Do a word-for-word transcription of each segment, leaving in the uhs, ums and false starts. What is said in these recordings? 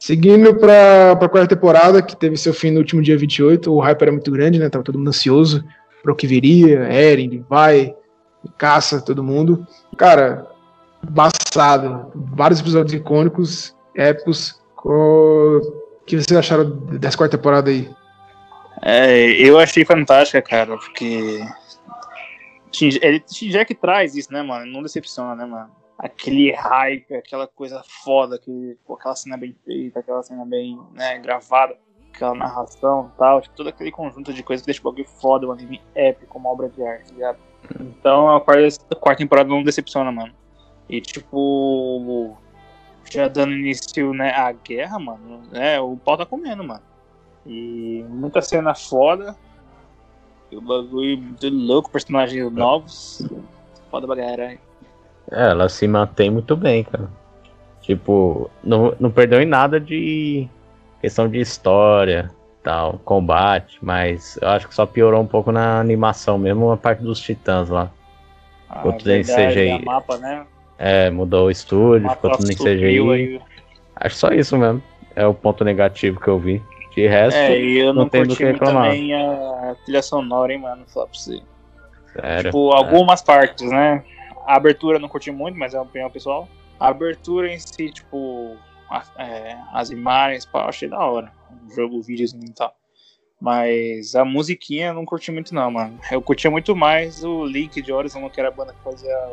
Seguindo pra, pra quarta temporada, que teve seu fim no último dia vinte e oito, o hype era muito grande, né? Tava todo mundo ansioso para o que viria, Eren, Levi, Caça, todo mundo. Cara, embaçado. Vários episódios icônicos, épicos. O que vocês acharam dessa quarta temporada aí? É, eu achei fantástica, cara, porque ele já que traz isso, né, mano? Não decepciona, né, mano? Aquele hype, aquela coisa foda, aquele, pô, aquela cena bem feita, aquela cena bem, né, gravada, aquela narração e tal, tipo, todo aquele conjunto de coisas que deixa o bagulho foda, um anime épico, uma obra de arte, ligado? Então a quarta, a quarta temporada não decepciona, mano. E tipo, já dando início, né, à guerra, mano, né, o pau tá comendo, mano. E muita cena foda, e o bagulho muito louco, personagens novos, foda pra caralho. É, ela se mantém muito bem, cara. Tipo, não, não perdeu em nada de questão de história, tal, combate, mas eu acho que só piorou um pouco na animação mesmo, a parte dos titãs lá. Ah, ficou tudo em C G I. Mapa, né? É, mudou o estúdio, ficou tudo em C G I. Aí. Acho só isso mesmo. É o ponto negativo que eu vi. De resto, é, e eu não, não curti muito também a trilha sonora, hein, mano, falar pra você. Sério? Tipo, algumas é. partes, né? A abertura eu não curti muito, mas é uma opinião pessoal. A abertura em si, tipo, a, é, as imagens, pá, eu achei da hora. O jogo, o videozinho e tal. Mas a musiquinha eu não curti muito não, mano. Eu curtia muito mais o Link de Horizon, que era a banda que fazia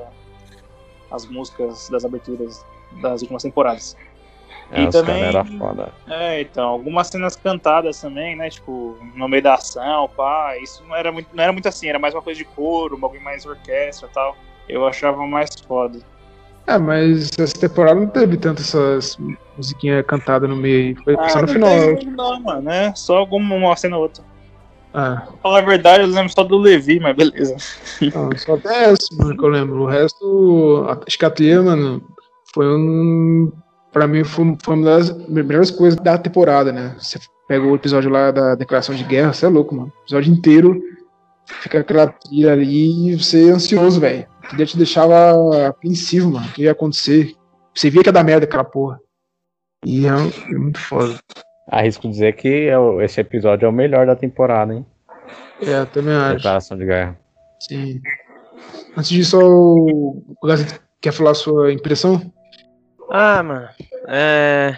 as músicas das aberturas das últimas temporadas. É, e os também, era foda. É, então, algumas cenas cantadas também, né? Tipo, no meio da ação, pá. Isso não era muito, não era muito assim, era mais uma coisa de coro, um bagulho mais orquestra e tal. Eu achava mais foda. É, mas essa temporada não teve tanto essas musiquinhas cantadas no meio. Foi ah, só no não final. Tem, não, mano, né? Só alguma uma cena ou outra. Ah. Pra falar a verdade, eu lembro só do Levi, mas beleza. Não, só até essa, mano, que eu lembro. O resto, acho que a trilha, mano, foi um. Pra mim, foi, foi uma das melhores coisas da temporada, né? Você pega o episódio lá da Declaração de Guerra, você é louco, mano. O episódio inteiro fica aquela trilha ali e você é ansioso, velho. Que te deixava apreensivo, mano. O que ia acontecer? Você via que ia dar merda aquela porra. E é, é muito foda. Arrisco dizer que é o, esse episódio é o melhor da temporada, hein? É, eu também acho. Declaração de Guerra. Sim. Antes disso, o Gazeta quer falar a sua impressão? Ah, mano. É.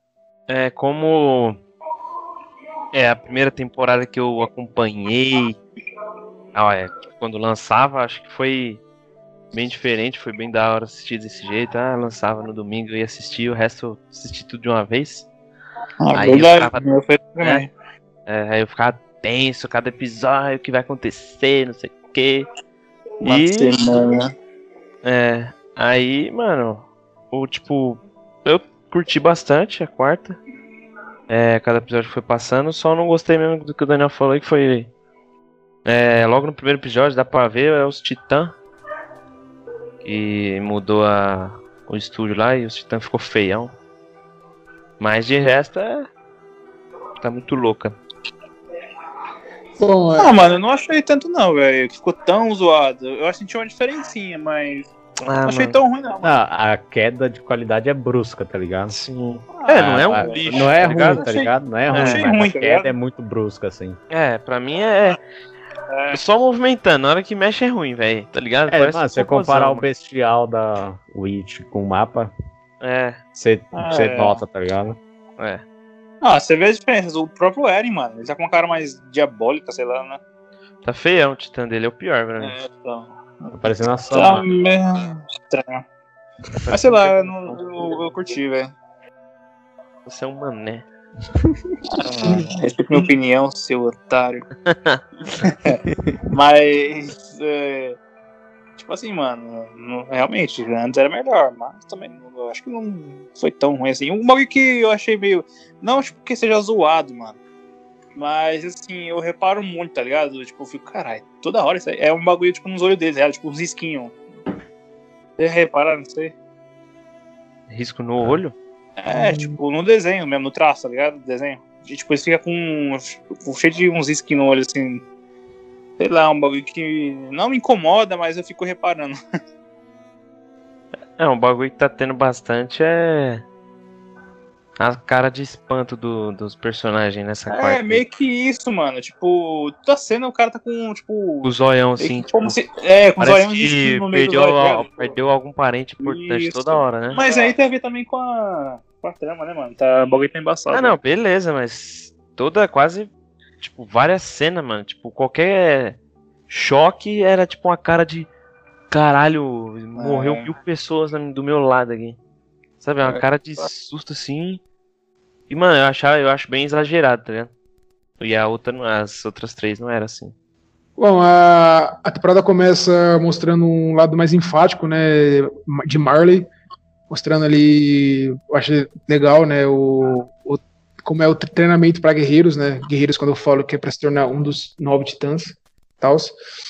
É como. É a primeira temporada que eu acompanhei. Ah, é, quando lançava, acho que foi bem diferente, foi bem da hora assistir desse jeito. Ah, lançava no domingo, eu ia assistir, o resto eu assisti tudo de uma vez. Ah, aí verdade, eu ficava, meu foi né, é, aí eu ficava tenso, cada episódio, o que vai acontecer, não sei o que. E semana. é, aí, mano, o tipo, eu curti bastante a quarta. É, cada episódio foi passando, só não gostei mesmo do que o Daniel falou, que foi é, logo no primeiro episódio, dá pra ver, é os Titãs. Que mudou a, o estúdio lá e os Titãs ficou feião. Mas de resto é. Tá muito louca. Bom, é... Ah, mano, eu não achei tanto não, velho. Ficou tão zoado. Eu acho que tinha uma diferencinha, mas. Ah, não achei mano. tão ruim, não. Não, a queda de qualidade é brusca, tá ligado? Sim. É, não é um a, lixo. Não é tá ruim, ligado? tá ligado? Não é ruim, achei mas ruim, a tá queda ligado? é muito brusca, assim. É, pra mim é. É. Só movimentando, na hora que mexe é ruim, velho. Tá ligado? É, Parece mano, você comparar o bestial da Witch com o mapa, é. Você é. nota, tá ligado? É. Ah, você vê as diferenças. O próprio Eren, mano, ele tá com uma cara mais diabólica, sei lá, né? Tá feião, o Titã dele é o pior pra mim. É, então. Tá parecendo a Tá Sama. meio estranho. Mas sei lá, eu, não, eu, eu curti, velho. Você é um mané. Ah, respeito minha opinião, seu otário. Mas, é, tipo assim, mano, não, realmente, antes era melhor, mas também eu acho que não foi tão ruim assim. Um bagulho que eu achei meio. Não tipo que seja zoado, mano. Mas assim, eu reparo muito, tá ligado? Tipo, eu fico, caralho, toda hora isso aí é um bagulho tipo nos olhos deles, é, tipo uns risquinhos. Você repara, não sei. Risco no olho? É, hum. tipo, no desenho mesmo, no traço, tá ligado? Desenho. E, tipo, ele fica com, com cheio de uns risquinhos no olho, assim. Sei lá, um bagulho que não me incomoda, mas eu fico reparando. É, um bagulho que tá tendo bastante é... A cara de espanto do, dos personagens nessa É, quarta. meio que isso, mano. Tipo, toda cena o cara tá com, tipo. O zoião, meio assim, que tipo, como se, é, com os parece olhos de que no meio perdeu, dos olhos, al- tá ligado? perdeu algum parente importante Isso. toda hora, né? Mas aí tem a ver também com a, com a trama, né, mano? Tá, o bagulho tá embaçado. Ah, não, beleza, mas toda quase, tipo, várias cenas, mano. Tipo, qualquer choque era tipo uma cara de caralho, morreu É. mil pessoas na- do meu lado aqui. Sabe, é uma É. cara de susto assim. E, mano, eu, achava, eu acho bem exagerado, tá ligado? E a outra, não- as outras três não era assim. Bom, a, a temporada começa mostrando um lado mais enfático, né, de Marley, mostrando ali, eu acho legal, né, o, o como é o treinamento para guerreiros, né, guerreiros quando eu falo que é para se tornar um dos nove titãs, tals.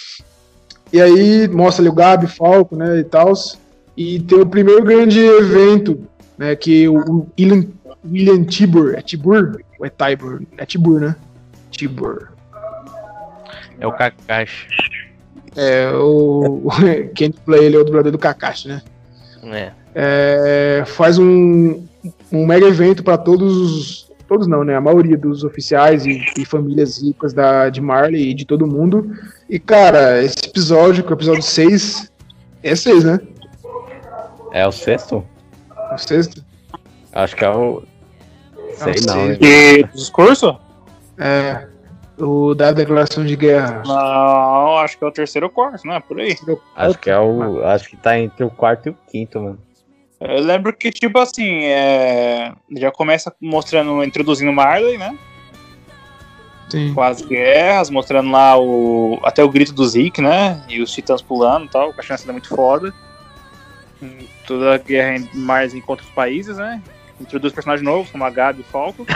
E aí mostra ali o Gabi, Falco, né, e tals. E tem o primeiro grande evento, né, que o, o William, William Tibur, é Tibur? Ou é Tibur? É Tibur, né? Tibur. É o Kakashi. É, o, quem play ele é o dublador do Kakashi, né? É. É, faz um, um mega evento para todos os. Todos não, né? A maioria dos oficiais e, e famílias ricas da, de Marley e de todo mundo. E, cara, esse episódio, que é o episódio seis. É seis, né? É o sexto? É o sexto? Acho que é o. Sei Não, não, sei. hein? E discurso? É. O da declaração de guerra. Não, acho que é o terceiro ou quarto, não é? Por aí. Acho que é o. Acho que tá entre o quarto e o quinto, mano. Eu lembro que, tipo assim, é... já começa mostrando, introduzindo Marley, né? Sim. Com as guerras, mostrando lá o até o grito do Zeke, né? E os titãs pulando e tal, que a chance é muito foda. Toda a guerra em Mars contra os países, né? Introduz personagens novos, como a Gabi e o Falco.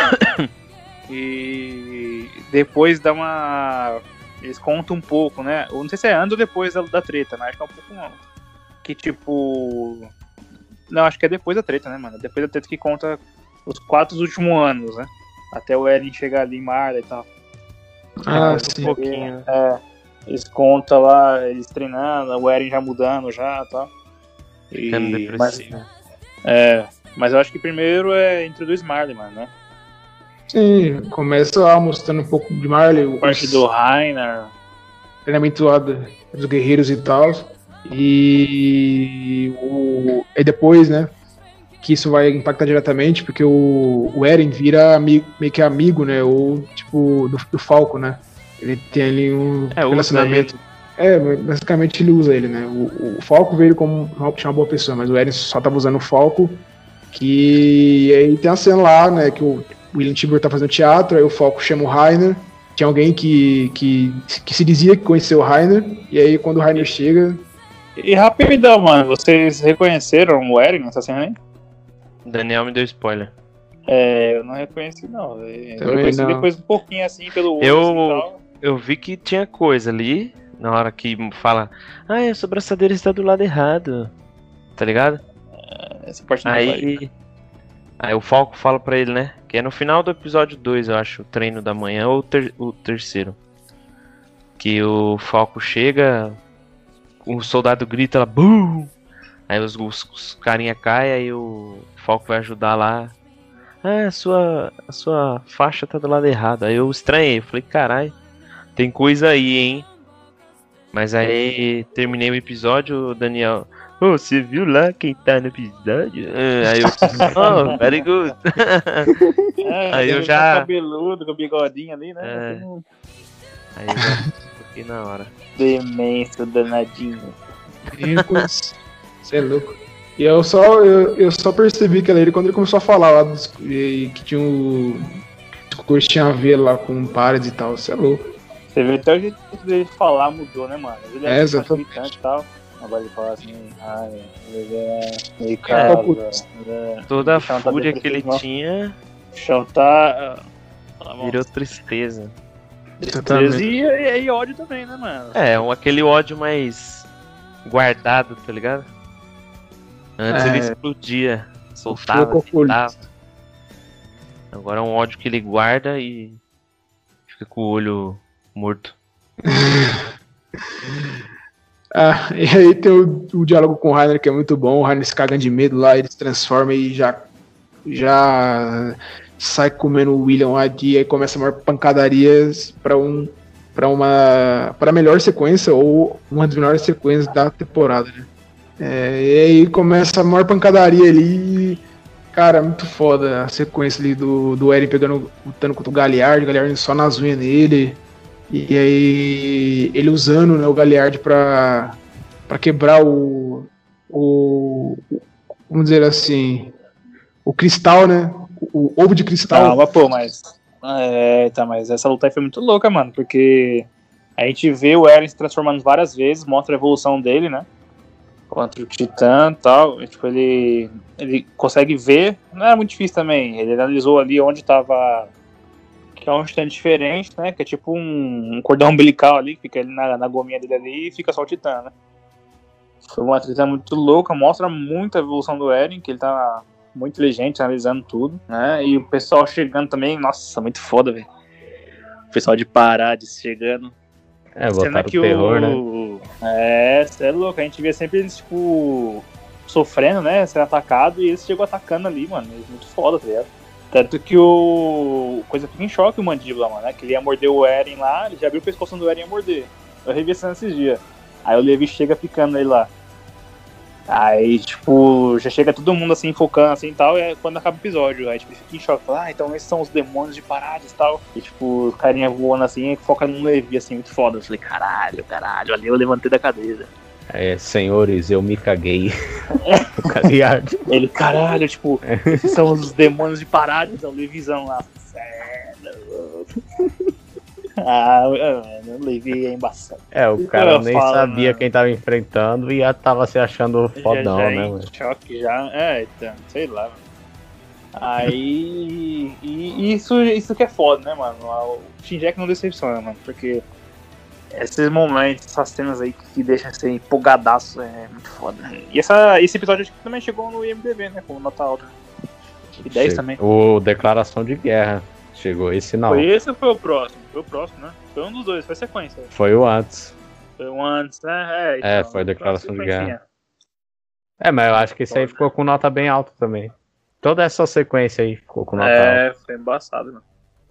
E depois dá uma. Eles contam um pouco, né? Eu não sei se é antes ou depois da, da treta, mas acho que é um pouco não. Que tipo. Não, acho que é depois da treta, né, mano? Depois da treta que conta os quatro últimos anos, né? Até o Eren chegar ali em Marley e tal. Ah, um sim. pouquinho. É, eles contam lá, eles treinando, o Eren já mudando já e tal. Ficando E, mas, depressivo. é, mas eu acho que primeiro é introduz Marley, mano, né? Sim, começa lá mostrando um pouco de Marley, o Parte do Rainer. treinamento lá do- dos guerreiros e tal. E o, e depois, né, que isso vai impactar diretamente, porque o, o Eren vira amigo, meio que amigo, né, ou tipo, do, do Falco, né. Ele tem ali um É, usa relacionamento. É, basicamente ele usa ele, né. O, o Falco veio como uma, uma boa pessoa, mas o Eren só tava usando o Falco. Que aí tem a cena lá, né, que o William Tibur tá fazendo teatro, aí o Falco chama o Rainer. Tinha alguém que, que, que se dizia que conheceu o Rainer, e aí quando o Rainer chega. E rapidão, mano, vocês reconheceram o Eren nessa cena aí? Daniel me deu spoiler. É, eu não reconheci não. Eu Também reconheci não. depois um pouquinho assim pelo olho. Eu- assim, e tal. Eu vi que tinha coisa ali, na hora que fala, ah, a sua braçadeira está do lado errado. Tá ligado? Essa parte não vai. Aí, aí o Falco fala pra ele, né? Que é no final do episódio dois, eu acho, o treino da manhã ou o, ter- o terceiro. Que o Falco chega, o soldado grita lá, BUM! Aí os, os, os carinha caem, aí o Falco vai ajudar lá. Ah, a sua, a sua faixa tá do lado errado. Aí eu estranhei, eu falei, carai, tem coisa aí, hein? Mas aí terminei o episódio, o Daniel. Ô, você viu lá quem tá no episódio? Ah, aí eu. Oh, very good. É, Aí eu ele já- tá cabeludo, com o bigodinho ali, né? É. Hum, Aí eu já fiquei na hora. Demência, danadinho. Brincos. Você é louco. E eu só, eu, eu só percebi que era ele quando ele começou a falar lá dos, e que tinha um. Que o curso tinha a ver lá com pares e tal. Você é louco. Você vê até o jeito dele falar mudou, né, mano? Ele É, é exatamente. gritante e tal. Agora ele fala assim, ai, ele é meio É, calmo. putz. É, Toda a o chão tá fúria que ele depressivo, tinha O chão tá. tá bom. virou tristeza. Exatamente. E, e, e ódio também, né, mano? É, um, aquele ódio mais guardado, tá ligado? Antes É. ele explodia, soltava, Ficou gritava. Agora é um ódio que ele guarda e fica com o olho morto. Ah, e aí tem o, o diálogo com o Rainer que é muito bom. O Rainer se cagando de medo lá, ele se transforma e já já sai comendo o William lá e aí começa a maior pancadarias pra um para uma para a melhor sequência ou uma das melhores sequências da temporada, né? É, e aí começa a maior pancadaria ali, cara, muito foda a sequência ali do, do Eren pegando, lutando contra o Galliard, o Galliard só nas unhas nele, e aí ele usando, né, o Galliard pra, pra quebrar o, o, vamos dizer assim, o cristal, né, o, o ovo de cristal. Calma, pô, mas, é, tá, mas essa luta aí foi muito louca, mano, porque a gente vê o Eren se transformando várias vezes, mostra a evolução dele, né, contra o Titã e tal, e, tipo, ele, ele consegue ver, não era muito difícil também, ele analisou ali onde tava, que é um Titã diferente, né, que é tipo um, um cordão umbilical ali, que fica ali na, na gominha dele ali e fica só o Titã, né. Foi uma treta muito louca, mostra muito a evolução do Eren, que ele tá muito inteligente, analisando tudo, né, e o pessoal chegando também, nossa, muito foda, velho, o pessoal de Parades chegando. É, botaram o terror, né? É, você é louco, a gente via sempre eles, tipo, sofrendo, né, sendo atacado, e eles chegam atacando ali, mano, eles muito foda, tá ligado? Tanto que o coisa fica em choque o Mandíbula, mano, né, que ele ia morder o Eren lá, ele já abriu o pescoço do Eren e ia morder. Eu revi essa esses dias. Aí o Levi chega picando ele lá. Aí, tipo, já chega todo mundo assim, focando assim e tal, e é quando acaba o episódio. Aí, tipo, ele fica em choque, fala, ah, então esses são os demônios de Parades e tal. E, tipo, o carinha voando assim, e foca no Levi, assim, muito foda. Eu falei, caralho, caralho, ali eu levantei da cadeira. É, senhores, eu me caguei. O Galliard. Ele, caralho, tipo, esses são os demônios de Parades, é o Levizão lá. Sério. Ah, mano, o Levi é embaçado. É, o cara eu nem falo, sabia mano. quem tava enfrentando e já tava se achando fodão, já, já né, em mano? choque já, é, então, sei lá, mano. Aí, e isso, isso que é foda, né, mano? O Shinji não decepciona, mano, porque esses momentos, essas cenas aí que deixam você empolgadaço, é muito foda. E essa, esse episódio acho que também chegou no I M D B, né, com nota alta. E dez também. O Declaração de Guerra. Chegou esse não. Foi esse ou foi o próximo? Foi o próximo, né? Foi um dos dois, foi sequência. Foi o antes. Foi um antes, né? É, então, é foi a Declaração de Guerra. sequencinha. É, mas eu acho que esse aí ficou com nota bem alta também. Toda essa sequência aí ficou com nota alta. É, foi embaçado, mano.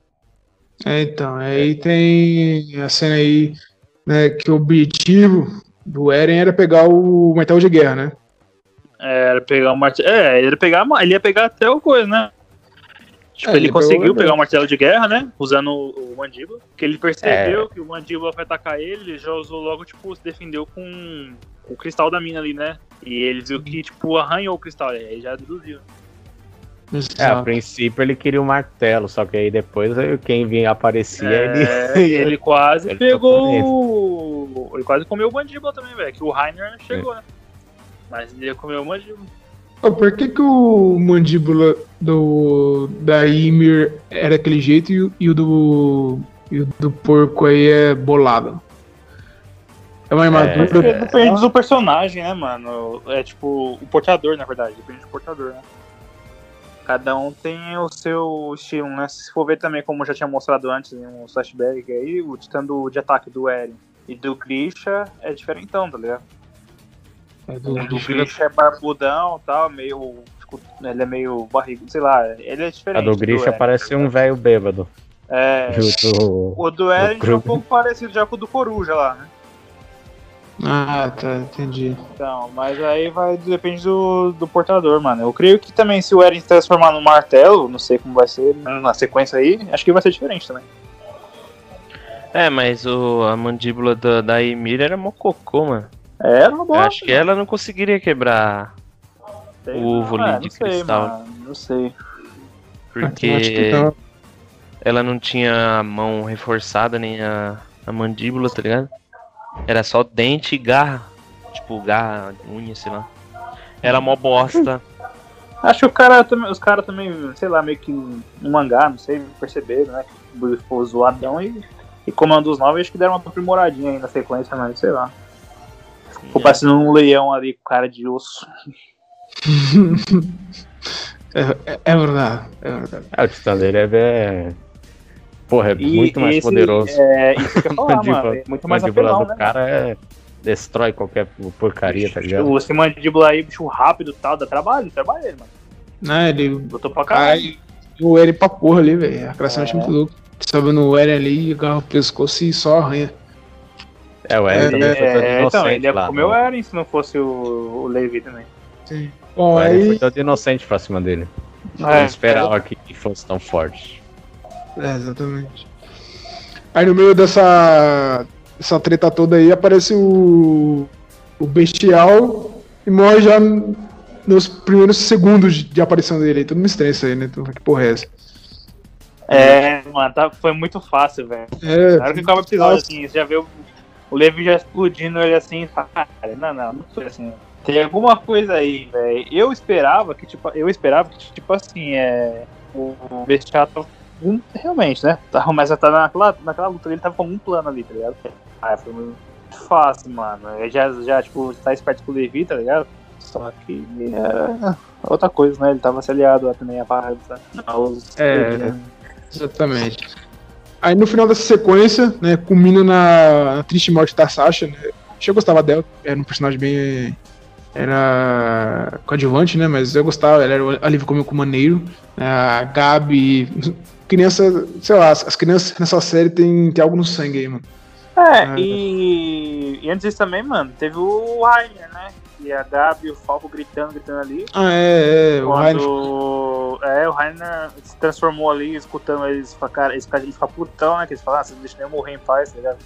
É, então, aí tem a cena aí, né, que o objetivo do Eren era pegar o martelo de guerra, né? É, era pegar o martelo. É, ele ia pegar, ele ia pegar até o coisa, né? Tipo, É, ele, ele conseguiu pegou, pegar né? o martelo de guerra, né? Usando o, o Mandíbula. Que ele percebeu É. que o Mandíbula vai atacar ele, ele já usou logo, tipo, se defendeu com, com o cristal da mina ali, né? E ele viu que, tipo, arranhou o cristal, e aí já deduziu. É, a princípio ele queria o martelo, só que aí depois quem vinha aparecia, É, ele... ele quase ele pegou o... Ele quase comeu o Mandíbula também, velho. Que o Rainer chegou, né? Mas ele ia comer o Mandíbula. Ô, por que que o mandíbula do da Ymir era daquele jeito e, o- e o do e o do porco aí é bolado? É uma armadura. Porque depende do personagem, né, mano? É tipo, o portador, na verdade. Depende do portador, né? Cada um tem o seu estilo, né? Se for ver também, como eu já tinha mostrado antes em um flashback aí, o titã do, de ataque do Eren e do Grisha é diferentão, tá ligado? É do, O do do Grisha é barbudão e tal, meio. Ele é meio barrigo, sei lá, ele é A diferente. do Grisha Eren, parece tá um ligado? velho bêbado. É. E o do- O do Eren é um Kruger. pouco parecido já com o do Coruja lá, né? Ah, tá, entendi. Então, mas aí vai, depende do, do portador, mano. Eu creio que também se o Eren se transformar no martelo, não sei como vai ser na sequência aí, acho que vai ser diferente também. É, mas o, a mandíbula da, da Ymir era mococô, mano. É, era uma Eu boa. acho que ela não conseguiria quebrar, Sei, o ovo não, ali é, de não sei, cristal. mano, não sei. porque Acho que não. ela não tinha a mão reforçada, nem a, a mandíbula, tá ligado? Era só dente e garra. Tipo, garra, unha, sei lá. Era mó bosta. Acho que o cara, também- os caras também, sei lá, meio que no mangá, não sei, perceberam, né? Que foi zoadão e, e comando os novos, acho que deram uma aprimoradinha aí na sequência, mas sei lá. Ficou parecendo um leão ali com cara de osso. É, é, é verdade, é verdade. É, o titã dele é... é- Porra, é E muito mais esse- poderoso. É, isso que eu ia falar, Mandíbula- mano. É muito mais mandíbula apelão, do né? cara é... destrói qualquer porcaria, tá ligado? Esse mandíbula aí, bicho rápido e tal, dá trabalho, trabalha ele, mano. Né, ele. Lutou pra caralho. O Eren pra porra ali, velho. A criação é muito louca. Sobe no Eren ali, agarra o pescoço e só arranha. É, o Eren É, foi todo é, inocente então, ele ia lá, comer né? o Eren se não fosse o, o Levi também. Sim. Bom, O Eren aí. foi todo inocente pra cima dele. Eu É, não esperava que fosse tão forte. É, exatamente. Aí no meio dessa, dessa treta toda aí aparece o, o Bestial e morre já nos primeiros segundos de, de aparição dele. Todo mundo estranho isso aí, né? Então, que porra é essa? É, mano, tá, foi muito fácil, velho. É, Na hora que acaba o episódio, assim, você já vê o, o Levi já explodindo ele assim e fala, cara, não, não, não foi assim. Tem alguma coisa aí, velho. Eu esperava que, tipo, eu esperava que, tipo assim, é. O Bestial tava um, realmente, né? Tava, mas tá naquela, naquela luta ele tava com um plano ali, tá ligado? Ah, foi muito fácil, mano. Ele já, já, tipo, tá esperto com o Levi, tá ligado? Só que era outra coisa, né? Ele tava se aliado também a parada aos. É, exatamente. Aí no final dessa sequência, né, culmina na, na triste morte da Sasha, né? Eu gostava dela, era um personagem bem. Era coadjuvante, né? Mas eu gostava, ela era o alívio cômico maneiro. A Gabi. Criança, sei lá, as crianças nessa série tem, tem algo no sangue aí, mano. É, Ah, e, e antes disso também, mano, teve o Rainer, né? E a Gabi e o Falco gritando, gritando ali. Ah, é, é. O Rainer. Quando é, o Rainer se transformou ali, escutando eles, cara, eles ficam fica putão, né? Que eles falam, ah, você não deixa nem eu morrer em paz, tá ligado?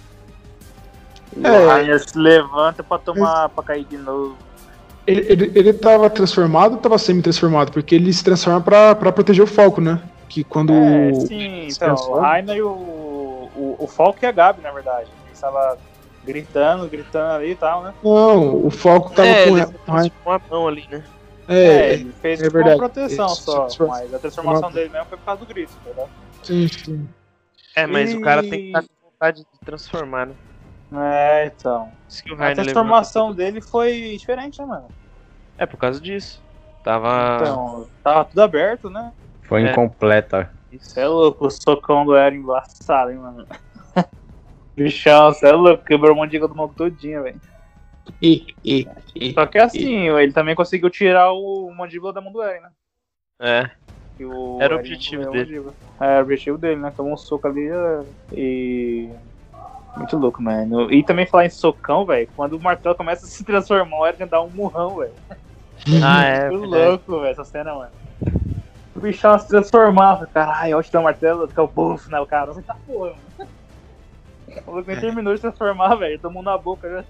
E É. o Rainer se levanta pra tomar, pra cair de novo. Ele, ele, ele tava transformado ou tava semi-transformado? Porque ele se transforma pra, pra proteger o Falco, né? Que quando. É, sim, se então, o transforma- Rainer e o, o, o Falco e a Gabi, na verdade. Eles estavam gritando, gritando ali e tal, né? Não, o Falco tava É, com. ele ela- com a mão ali, né? É, É, ele fez é tipo, verdade. uma proteção Ele só, se transforma- mas a transformação dele mesmo foi por causa do grito, entendeu? sim, sim. É, mas E- o cara tem que estar com vontade de transformar, né? É, então. Isso que o A Rainer transformação levanta dele foi diferente, né, mano? tudo. É por causa disso. Tava. Então, tava tudo aberto, né? Foi É. incompleta. Isso é louco, o socão do Eren embaçado, hein, mano? Bichão, você é louco, quebrou o mandíbula do maluco todinho, velho. E, e, e. Só que assim, ele também conseguiu tirar o mandíbula da mão do Eren, né? É. Que o Era o Eren objetivo comeu a dele. mandíbula. É, era o objetivo dele, né? Tomou um soco ali é, e. Muito louco, mano. E também falar em socão, velho, quando o martelo começa a se transformar, o Eren dá um murrão, velho. Ah, é. Muito verdade. louco, velho, essa cena, mano. O bichão se transformava, caralho, eu te dá o martelo, fica o buff, né, o cara. Você tá porra, mano. O louco nem terminou de se transformar, velho, tomou na boca já.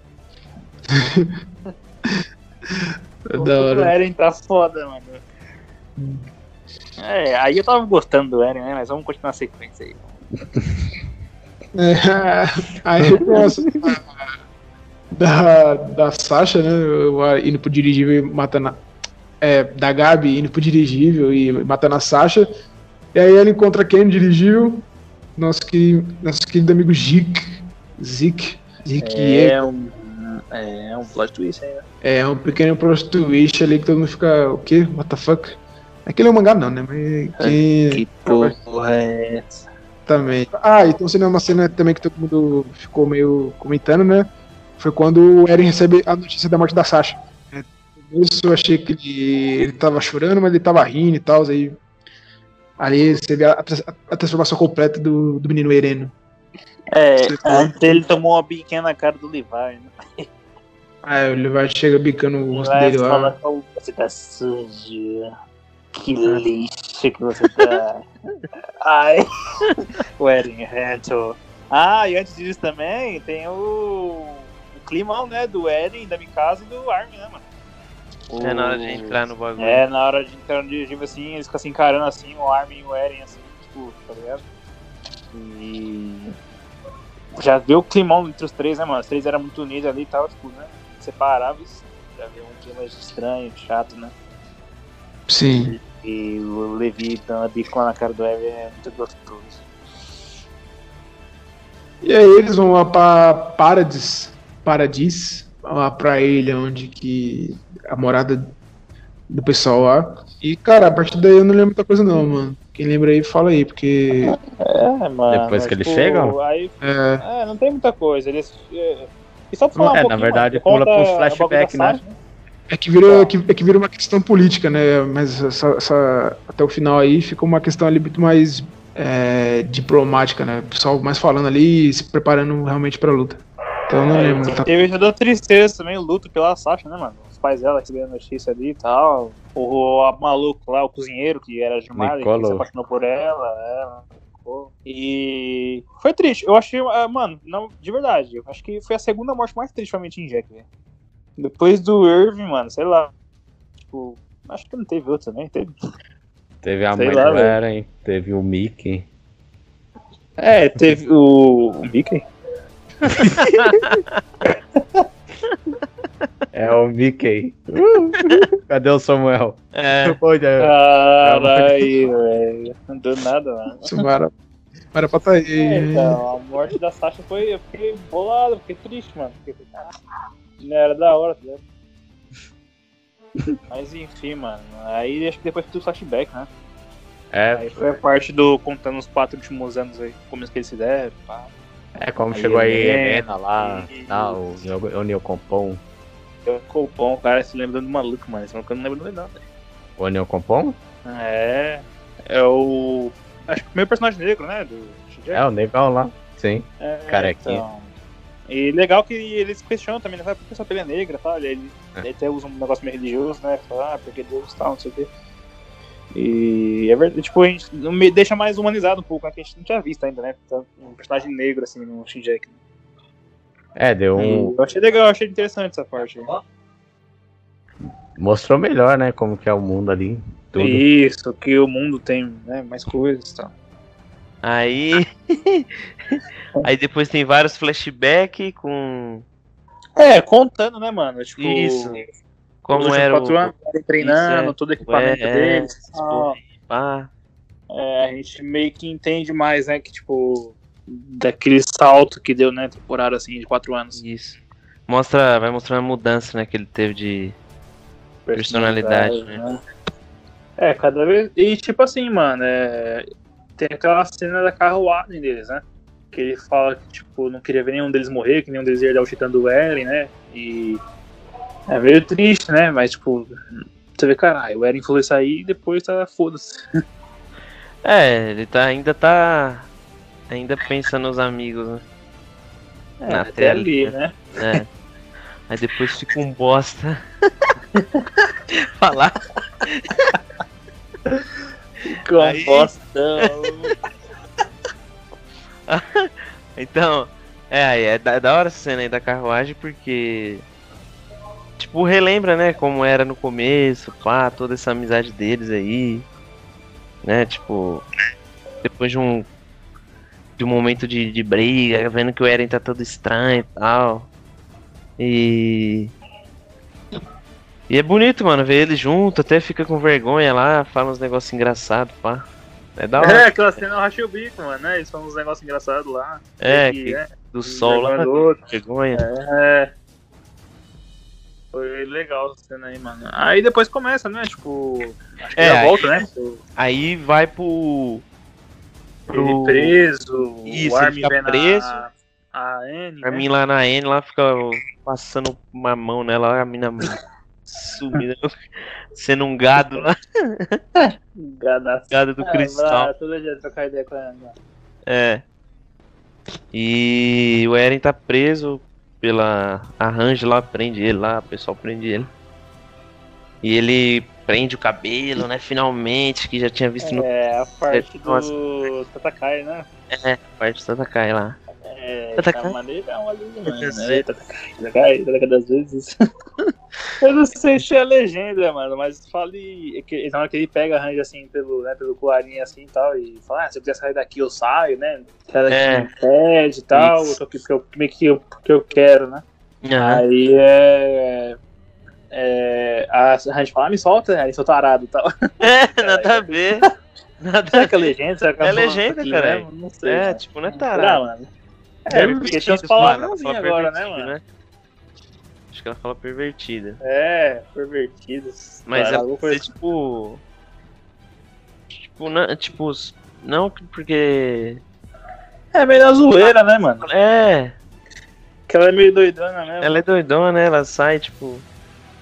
Da O hora. Eren tá foda, mano. É, aí eu tava gostando do Eren, né, mas vamos continuar a sequência aí. É, aí nossa, da, da Sasha, né? Indo pro dirigível e matando. a- É, da Gabi indo pro dirigível e matando a Sasha. E aí ela encontra quem no dirigível? Nosso, que, nosso querido amigo Zik. Zik. Zik é, É um. É um plot twist aí, né? é um pequeno plot twist ali que todo mundo fica. O quê? What the fuck? Aquele é um mangá, não, né? Mas que. Que porra é essa? Também. Ah, então sendo uma cena também que todo mundo ficou meio comentando, né? Foi quando o Eren recebe a notícia da morte da Sasha. É, isso eu achei que ele, ele tava chorando, mas ele tava rindo e tal. Aí, ali você vê a, a- a transformação completa do, do menino Ereno. É, antes ele tomou uma biquinha na cara do Levi, né? Aí o Levi chega bicando o rosto Levi dele fala, lá. "Oh, você tá sujo. Que lixo que você tá." Ai. O Eren reto. Ah, e antes disso também tem o, o climão, né? Do Eren, da Mikasa e do Armin, né, mano? O- É na hora de entrar no bagulho. É, na hora de entrar no dirigível assim, eles ficam se encarando assim, o Armin e o Eren, assim, tipo, tá ligado? E. Já viu o climão entre os três, né, mano? Os três eram muito unidos ali e tal, tipo, né? Separáveis. Já viu um clima estranho, chato, né? Sim. E o Levi dando a bico lá na cara do Eren é muito gostoso. E aí eles vão lá pra Paradis. Paradis. Lá pra ilha onde que. A morada do pessoal lá. E, cara, a partir daí eu não lembro muita coisa não, mano. Quem lembra aí, fala aí, porque. É, mano. Depois que tipo, eles chegam? Aí, É, é, não tem muita coisa. Eles. É, e só pra falar É, um na pouquinho, verdade, mano, pula conta pros o bagulho flashback, da né? Sasha, É que vira, é que, é que vira uma questão política, né? Mas essa, essa- até o final aí fica uma questão ali muito mais é, diplomática, né? O pessoal mais falando ali, se preparando realmente pra luta. Então eu não É, lembro. Tá... teve toda a tristeza também, o luto pela Sasha, né, mano? Os pais dela recebendo a notícia ali e tal. O, o maluco lá, o cozinheiro, que era de Miley, que Nicolo. se apaixonou por ela. ela ficou. E foi triste. Eu achei, ah, mano, não, de verdade, eu acho que foi a segunda morte mais triste pra mim de Jack, velho. Depois do Irving, mano, sei lá. Tipo, acho que não teve outro também, teve. Teve a Sei mãe lá, do velho. Eren, teve o Mickey. É, teve o, o Mickey. É o Mickey. Cadê o Samuel? É, Pô, já- Caralho, velho. Não deu nada, mano. Isso era, era pra tá É, aí. então, a morte da Sasha foi. Eu fiquei bolado, fiquei triste, mano. Fiquei, ah, não era da hora, tá ligado? Mas enfim, mano. Aí acho que depois foi tudo flashback, né? É, Aí foi a parte do contando os quatro últimos anos aí, como que eles se deram, pá. é como Aí chegou aí Helena, Helena lá, e- tá, o, o Neil Compon. Eu Copom, o cara se lembrando do maluco, mano. Esse maluco eu não lembro dele, não, velho. O Neil Compon? É. É o. Acho que o primeiro personagem negro, né? Do Shinji. É, o negão lá, sim. É, carequinha. então. E legal que eles questionam também, né? Por que sua pele é negra, tá? Ele, ele, É. ele até usa um negócio meio religioso, né? Fala, ah, porque Deus tal, não sei o quê. E é verdade, tipo, a gente me deixa mais humanizado um pouco, né? Que a gente não tinha visto ainda, né? Então, um personagem negro, assim, no Shinji. É, deu um. Eu achei legal, eu achei interessante essa parte. Mostrou melhor, né, como que é o mundo ali. Tudo. Isso, que o mundo tem, né? Mais coisas e tal. aí. Aí depois tem vários flashbacks com. É, contando, né, mano? Tipo, Isso. os Como últimos era quatro o. anos, eles treinando, Isso, é. todo o equipamento É, deles. essas porra aí, pá. É, a gente meio que entende mais, né, que tipo, daquele salto que deu, né, temporário assim, de quatro anos. Isso. Mostra, vai mostrando a mudança, né, que ele teve de personalidade, né? É, cada vez. E tipo assim, mano, é... tem aquela cena da carruagem deles, né? Que ele fala que, tipo, não queria ver nenhum deles morrer, que nenhum deles ia herdar o titã do Eren, né? E. É meio triste, né? Mas, tipo, você vê, caralho, o Eren falou isso aí e depois tá foda-se. É, ele tá, ainda tá. Ainda pensa nos amigos, né? É, Na até tela, ali, né? né? É. Aí depois fica um bosta. Falar. Com Aí- bostão. Então, é, aí é da, é da hora essa cena aí da carruagem, porque. Tipo, relembra, né, como era no começo, pá, toda essa amizade deles aí. Né, tipo. Depois de um. De um momento de, de briga, vendo que o Eren tá todo estranho e tal. E. E é bonito, mano, ver eles juntos, até fica com vergonha lá, fala uns negócios engraçados, pá. É da hora. É, aquela cena eu rachei o bico, mano, né? Eles falam uns negócios engraçados lá. É, que, que- né? Do sol lá, vergonha do outro. vergonha. É. Foi legal essa cena aí, mano. Aí depois começa, né? Tipo. Acho que É, já aí- volta, né? O- Aí vai pro. Ele pro. preso, Isso, o ele Armin fica vendo preso. a, a Anne. Pra né? mim lá na N, lá fica passando uma mão nela, a mina sumida, sendo um gado lá, Gadaço. gado do Ah, cristal. vai todo dia trocar ideia com a Anne. É. E o Eren tá preso pela. A Range lá prende ele lá, o pessoal prende ele. E ele prende o cabelo, né? Finalmente, que já tinha visto no. É, a parte Nossa. do Tatakai, né? É, parte do Tatakai lá. É, Tatakai? tá maneirão ali, mano. Das Né? vezes. Tatakai, Tatakai, Tatakai das vezes. Eu não sei se é legenda, mano, mas fale. Que, na hora que ele pega a Range assim pelo, né, pelo colarinho assim e tal, e fala, ah, se eu quiser sair daqui eu saio, né? Sai daqui É. me pede e tal, Isso. eu tô aqui porque eu, meio que eu, porque eu quero, né? Aham. Aí é. É, a gente fala, ah, me solta, né? Ele sou tarado e tal. É, nada a ver. Nada Será a que é ver. legenda? Será que É eu vou legenda, aqui cara. mesmo? Não sei. É, cara. tipo, não é Não, tarado. mano. É, porque tinha umas palavrãozinhas agora, né, mano? Acho que ela fala pervertida. É, pervertidos. Mas Cara, ela alguma ser coisa- tipo. Tipo, não, tipo, não porque. É meio na zoeira, né, mano? É, Que ela é meio doidona mesmo. ela é doidona, né? Ela sai, tipo.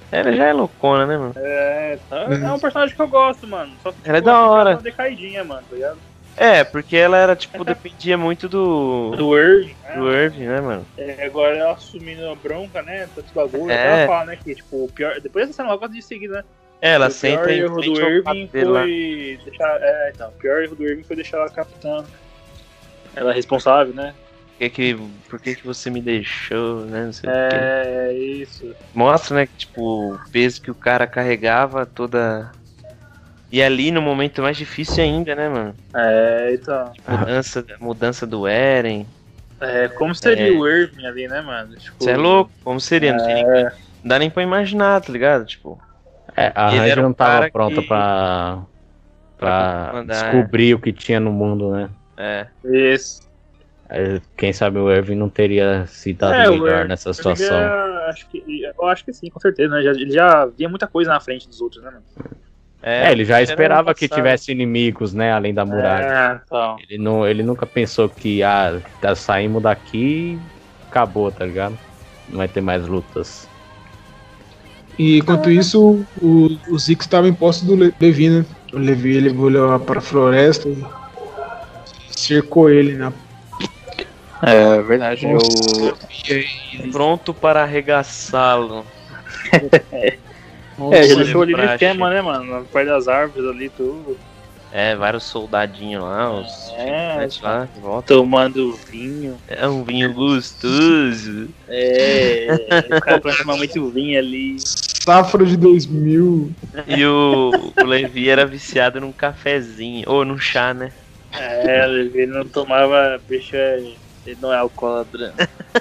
Ela já é loucona, né, mano? É, tá, é um personagem que eu gosto, mano. Só que Ela é tipo, da eu achei que hora. ela uma decaidinha, mano, tá ligado? É, porque ela era, tipo, dependia muito do. Do Irving, né? Do Irving, né, mano? É, agora ela assumindo a bronca, né? Tanto bagulho. É. Ela fala, né? Que, tipo, o pior. Depois dessa cena, ela gosta de seguir, né? É, ela o pior senta em erro do frente ao Irving quarto dele lá. foi. Deixar, é, então. O pior erro do Irving foi deixar ela capitã. Ela é responsável, né? Por que que, por que que você me deixou, né? Não sei o quê. É, isso. Mostra, né, que, tipo, o peso que o cara carregava toda. E ali no momento mais difícil ainda, né, mano? É, então. Mudança, mudança do Eren. É, como seria É. o Irving ali, né, mano? Tipo, Você é louco? Como seria? Não, tem nem- É, não dá nem pra imaginar, tá ligado? Tipo, É, a Ele Range era um não tava cara pronta que- pra, pra pra mandar, descobrir o que tinha no mundo, né? é. isso. É, quem sabe o Irving não teria se dado É, o melhor Irving- nessa Eu situação. acho que, eu acho que sim, com certeza, né? Já- ele já via muita coisa na frente dos outros, né, mano? É, ele já era esperava que passado. tivesse inimigos, né? Além da muralha. É, então. Ele, não, ele nunca pensou que, ah, tá- saímos daqui e acabou, tá ligado? Não vai ter mais lutas. E enquanto isso, o, o Zeke estava em posse do Le- Levi, né? O Levi ele olhou para a floresta e cercou ele, né? É verdade. Eu... E aí, Pronto para arregaçá-lo. É, nossa, já deixou ali no praxe. esquema, né, mano? Perto das árvores ali, tudo. É, vários soldadinhos lá, os É, gigantes lá, de volta. Tomando vinho. É um vinho gostoso. É, o cara tomar muito vinho ali. Safra de dois mil. E o, o Levi era viciado num cafezinho, ou num chá, né? É, ele não tomava. Bicho é. Ele não é alcoólatra.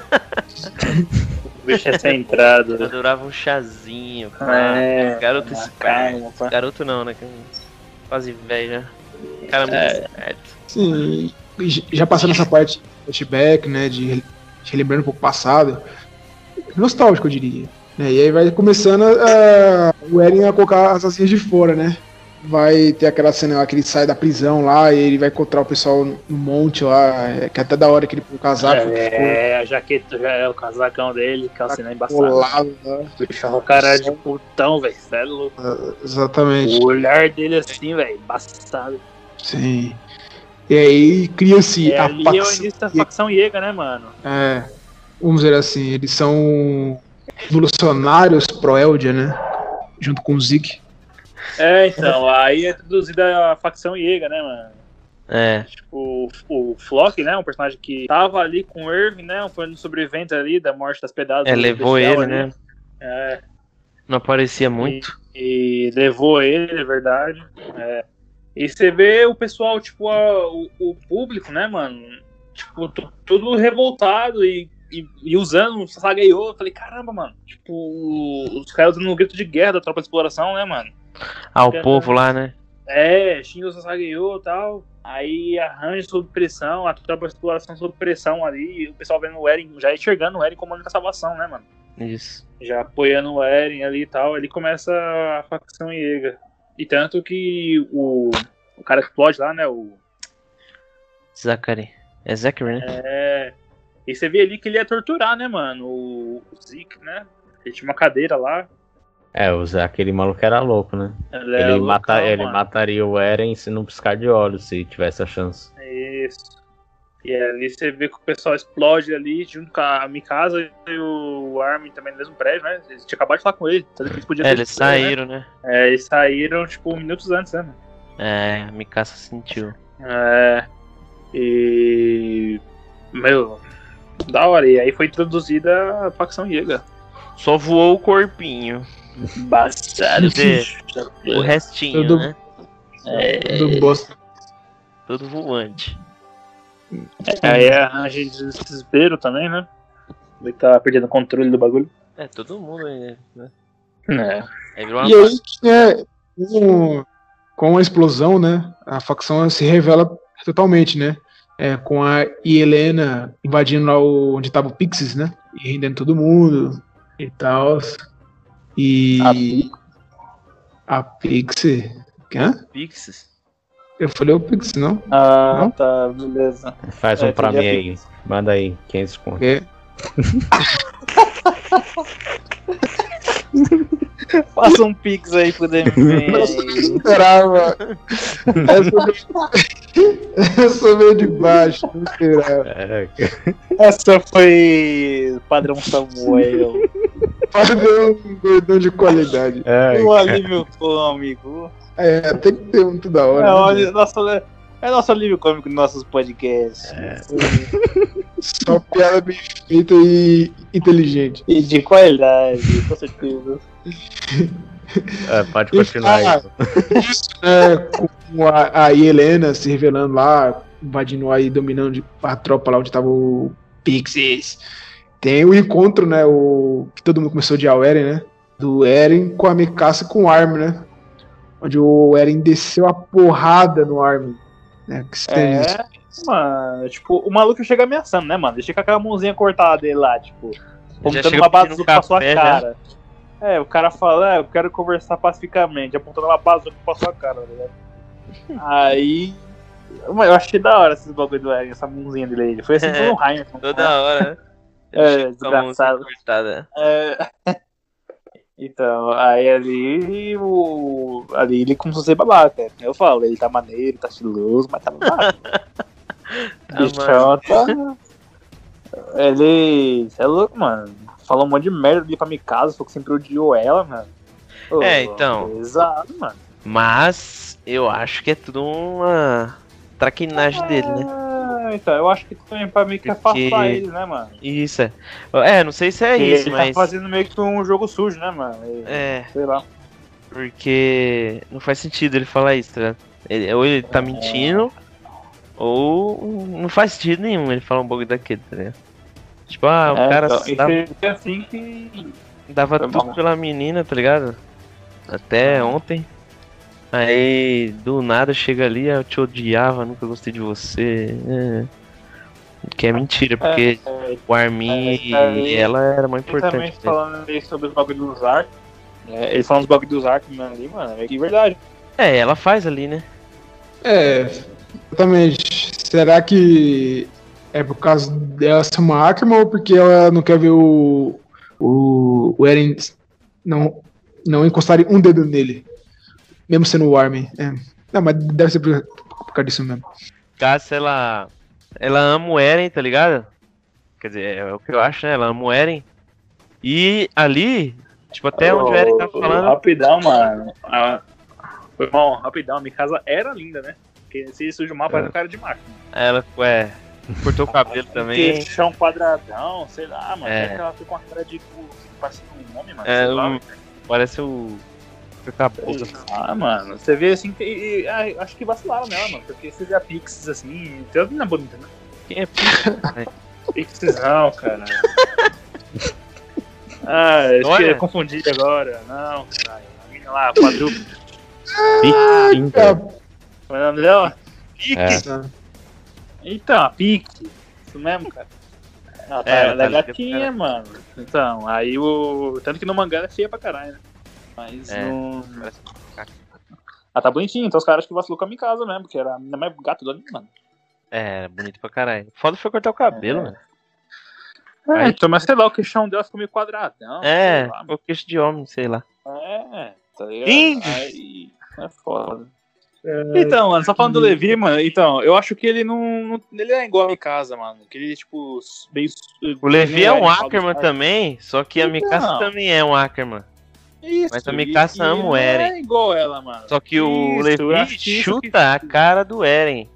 O bicho é centrado. Eu adorava um chazinho, cara. É, Garoto uma esperto. calma, pá. Garoto não, né? que Quase velho já. Cara muito É. esperto. Sim, e já passando essa parte de flashback, né? De, de relembrando um pouco o passado. Nostálgico, eu diria. Né, e aí vai começando a, o Eren a colocar as asinhas de fora, né? Vai ter aquela cena lá que ele sai da prisão lá e ele vai encontrar o pessoal no monte lá, é, que é até da hora que ele põe o casaco, É, a jaqueta já é o casacão dele, calcinha ficou embaçada. colado lá. Bicho, o cara é de putão, velho. Cê é louco. Exatamente. O olhar dele assim, velho, embaçado. Sim. E aí cria-se É, a ali é o facção. início da facção Iega, né, mano? É, vamos dizer assim, eles são revolucionários pro-Eldia, né? Junto com o Zeke. É, então, aí é introduzida a facção Iega, né, mano? É, Tipo, o, o Flock, né, um personagem que tava ali com o Irving, né, foi um sobrevivente ali da morte das pedaças. é do levou Bestial ele, ali. né? É, Não aparecia muito. e levou ele, é verdade. É. E você vê o pessoal, tipo, a- o, o público, né, mano? Tipo, tu- tudo revoltado e, e, e usando o Sasageo. Eu falei, caramba, mano. Tipo, os caras usando um grito de guerra da tropa de exploração, né, mano? Ah, o É, povo lá, né? É, xinga o Sasageo e tal. Aí arranja sob pressão, a tropa de exploração sob pressão ali. E o pessoal vendo o Eren, já enxergando o Eren como a salvação, né, mano? Isso. Já apoiando o Eren ali e tal, ali começa a facção Iega. E tanto que o, o cara que explode lá, né, o... Zachary. É Zachary, né? É... E você vê ali que ele ia torturar, né, mano, o, o Zeke, né? Ele tinha uma cadeira lá. É, o Zé, aquele maluco era louco, né? Ele, é Ele, loucão, mata, ele mano. mataria o Eren se não piscar de olhos, se tivesse a chance. Isso. E ali você vê que o pessoal explode ali, junto com a Mikasa e o Armin também no mesmo prédio, né? Eles tinham acabado de falar com ele, tanto que eles podiam É, ter eles explodido, né? saíram, né? É, eles saíram, tipo, minutos antes, né, mano? É, a Mikasa sentiu. É. E. Meu. Da hora. E aí foi introduzida a facção Iega. Só voou o corpinho. Bastante. Cadê? O restinho, Tudo- né? Do bosta. Todo voante. Aí arranja de desespero também, né? Ele tá perdendo o controle do bagulho. É, todo mundo aí, né? É. Aí virou uma E aí, é, com, com a explosão, né? A facção se revela totalmente, né? É, com a Helena invadindo lá o, onde tava o Pixies, né? E rendendo todo mundo e tal. E. A Pixie. Hã? Pixies. Eu falei o Pixie, não? Ah, Não? tá, beleza. Faz um É, pra já mim vi. aí. Manda aí, quinhentos conto. É. Faça um pix aí pro D M V. Nossa, eu esperava. Essa, essa veio de baixo, não esperava. Caraca. Essa foi padrão Samuel. Padrão um gordão de qualidade. Ai, O alívio cômico. É, tem que ter muito da hora. É, né, olha, nossa, é nosso alívio cômico nos nossos podcasts. É. Só piada bem feita e inteligente. E de qualidade, com certeza. É, pode continuar aí. Ah, isso, né, com a, a Helena se revelando lá, invadindo aí, dominando a tropa lá onde tava o Pixies. Tem o encontro, né, o que todo mundo começou a odiar o Eren, né, do Eren com a Mikasa e com o Armin, né, onde o Eren desceu a porrada no Armin, né, que você tem isso. É, mano, tipo, o maluco chega ameaçando, né, mano? Ele chega com aquela mãozinha cortada dele lá, tipo, apontando uma bazuca pra sua cara. É, o cara fala, é, eu quero conversar pacificamente, apontando uma bazuca pra sua cara, tá ligado? Aí. Mano, eu achei da hora esses bagulho do Eren, essa mãozinha dele aí. Foi assim todo um raio. Toda hora, né? É, desgraçado. Cortada. É. Então, aí ali o. Ali ele começou a ser babaca. Eu falo, ele tá maneiro, tá estiloso, mas tá babaca. Bichão tá. Ele. Você é louco, mano. Falou um monte de merda ali pra Mikasa, falou que sempre odiou ela, mano. Pô, É, então. Exato, mano. Mas eu acho que é tudo uma traquinagem dele, né? Ah, então, eu acho que também pra meio que Porque- afastar ele, né, mano? Isso é. É, não sei se é Porque isso, ele mas. tá fazendo meio que um jogo sujo, né, mano? Ele- É, Sei lá. porque não faz sentido ele falar isso, tá ligado? Ele- ou ele tá mentindo, ou não faz sentido nenhum ele falar um bagulho daquele, tá ligado? Tipo, ah, o É, cara então, e dava, foi assim que. dava foi tudo mal. pela menina, tá ligado? Até ontem. Aí, do nada, chega ali, "Ah, eu te odiava, nunca gostei de você. É. Que é mentira, porque É, o Armin é, e é, ela era mais ele também importante. né? falando aí sobre os bagulhos dos arcos. É, ele falando dos bagulhos dos arcos ali, mano, é que verdade. É, ela faz ali, né? É, exatamente. Será que é por causa dela ser uma Ackerman ou porque ela não quer ver o, o, o Eren não, não encostar um dedo nele? Mesmo sendo o Armin. É. Não, mas deve ser por, por causa disso mesmo. Caso ela. Ela ama o Eren, tá ligado? Quer dizer, é o que eu acho, né? Ela ama o Eren. E ali, tipo, até onde o Eren tá Ô, falando. Rapidão, mano. Ah, foi mal, rapidão. A Mikasa era linda, né? Porque se suja o mapa era um cara de macho. Ela, ué, cortou o cabelo também. Queixão quadradão, sei lá, mano. É. É. que ela fica com a cara de cu, parecendo um homem, mano. É, sei lá, um- velho. Parece o. Acabou. Ah, mano, você vê assim, que, e, ah, acho que vacilaram nela, mano, porque você vê a Pixies assim, tem outra menina bonita, né? Quem é pica? Pixies não, cara. Ah, acho que Olha. eu confundi agora, não, caralho, a menina lá, quadrúpede, Pinter. como é o nome dela? É. Então, a Pixie, isso mesmo, cara. Ela tá, É, ela é tá gatinha, ligado, mano, então, aí o, tanto que no mangá ela é feia pra caralho, né? Mas É. não... Ela tá bonitinha, então os caras que vacilou com a Mikasa mesmo, porque era a menina mais gata do anime, mano. É, bonito pra caralho. Foda foi cortar o cabelo, É. mano. É, Aí- então, mas sei lá, o queixão dela ficou meio quadradão. É, sei lá, o queixo de homem, sei lá. é, tá ligado? Índio. Aí, é foda. Então, mano, só falando do Levi, mano, então, eu acho que ele não, não- ele é igual a Mikasa, mano, que ele, tipo, meio... O Levi é um fala Ackerman do- também, só que a Então. Mikasa também é um Ackerman. Isso, Mas a Mikasa e- e ama o ele Eren. não é igual ela, mano. Só que o Isso, eu Levi acho que isso chuta que- a cara do Eren.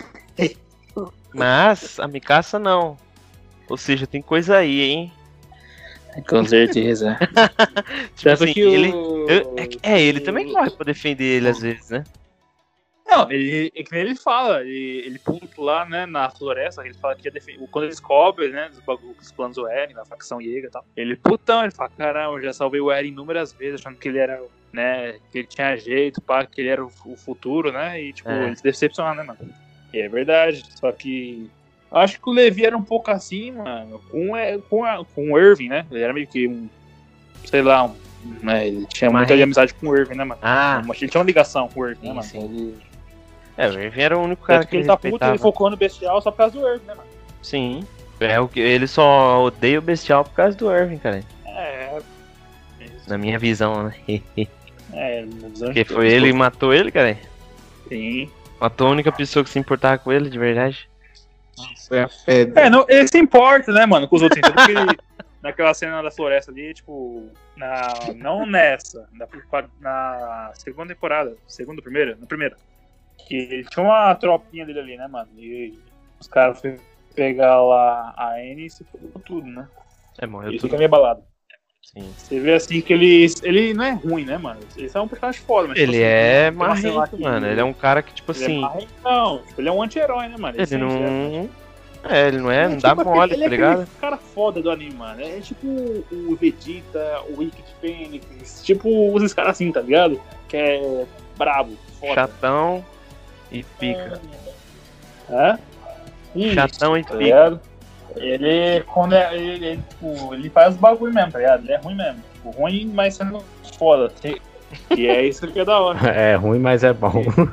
Mas a Mikasa não. Ou seja, tem coisa aí, hein? Com certeza. Tipo Tanto assim, que ele. o- eu- é, que- é, ele também corre pra defender ele às vezes, né? Não, ele, é que nem ele fala, ele, ele puto lá, né, na floresta, ele fala que ia defender, quando ele descobre, né, os, bagulhos, os planos do Eren, da facção Jäger e tal, ele putão, ele fala, caramba, eu já salvei o Eren inúmeras vezes, achando que ele era, né, que ele tinha jeito, pá, que ele era o, o futuro, né, e tipo, É. ele se decepciona, né, mano. E é verdade, só que eu acho que o Levi era um pouco assim, mano, com, é, com, a, com o Irving, né, ele era meio que um, sei lá, um, né, ele tinha Uma muita re- amizade com o Irving, né, mano. Ah, Ele tinha uma ligação com o Irving, né, sim, mano. sim. Ele... é, o Irving era o único cara Tanto que, que ele ele tá puto, respeitava. ele focou no bestial só por causa do Irving, né, mano? Sim. É o que ele só odeia o bestial por causa do Irving, cara. É, Na minha visão, né? É, na visão Porque de foi todos. ele que matou ele, cara. Sim. Matou a única pessoa que se importava com ele, de verdade. Isso é a fé. É, não, ele se importa, né, mano, com os outros. Tanto que ele, naquela cena da floresta ali, tipo, na, não nessa, na, na segunda temporada, segunda, primeira, na primeira, que ele tinha uma tropinha dele ali, né, mano, e os caras foram pegar lá a Annie e se fudeu tudo, né, É, morreu ele tudo. fica meio abalado. Sim. Você vê assim que ele, ele não é ruim, né, mano, ele é um personagem foda, mas Ele tipo, assim, é tem uma cena lá marrento, que mano. Ele é um cara que, tipo ele assim. é marrentão, tipo, ele é um anti-herói, né, mano, Ele sempre é, mano. não. É, ele não é, não É, dá tipo, mole, ele tá é ligado? aquele cara foda do anime, mano. É tipo o Vegeta, o Wicked Fênix, tipo esses caras assim, tá ligado? Que é brabo, foda. Chatão e pica. É? Isso, Chatão e tá pica. ligado? Ele, quando é, ele, ele, tipo, ele faz os bagulho mesmo, tá ligado? Ele é ruim mesmo. Tipo, ruim, mas sendo foda. Assim. E é isso que é da hora. É ruim, mas é bom.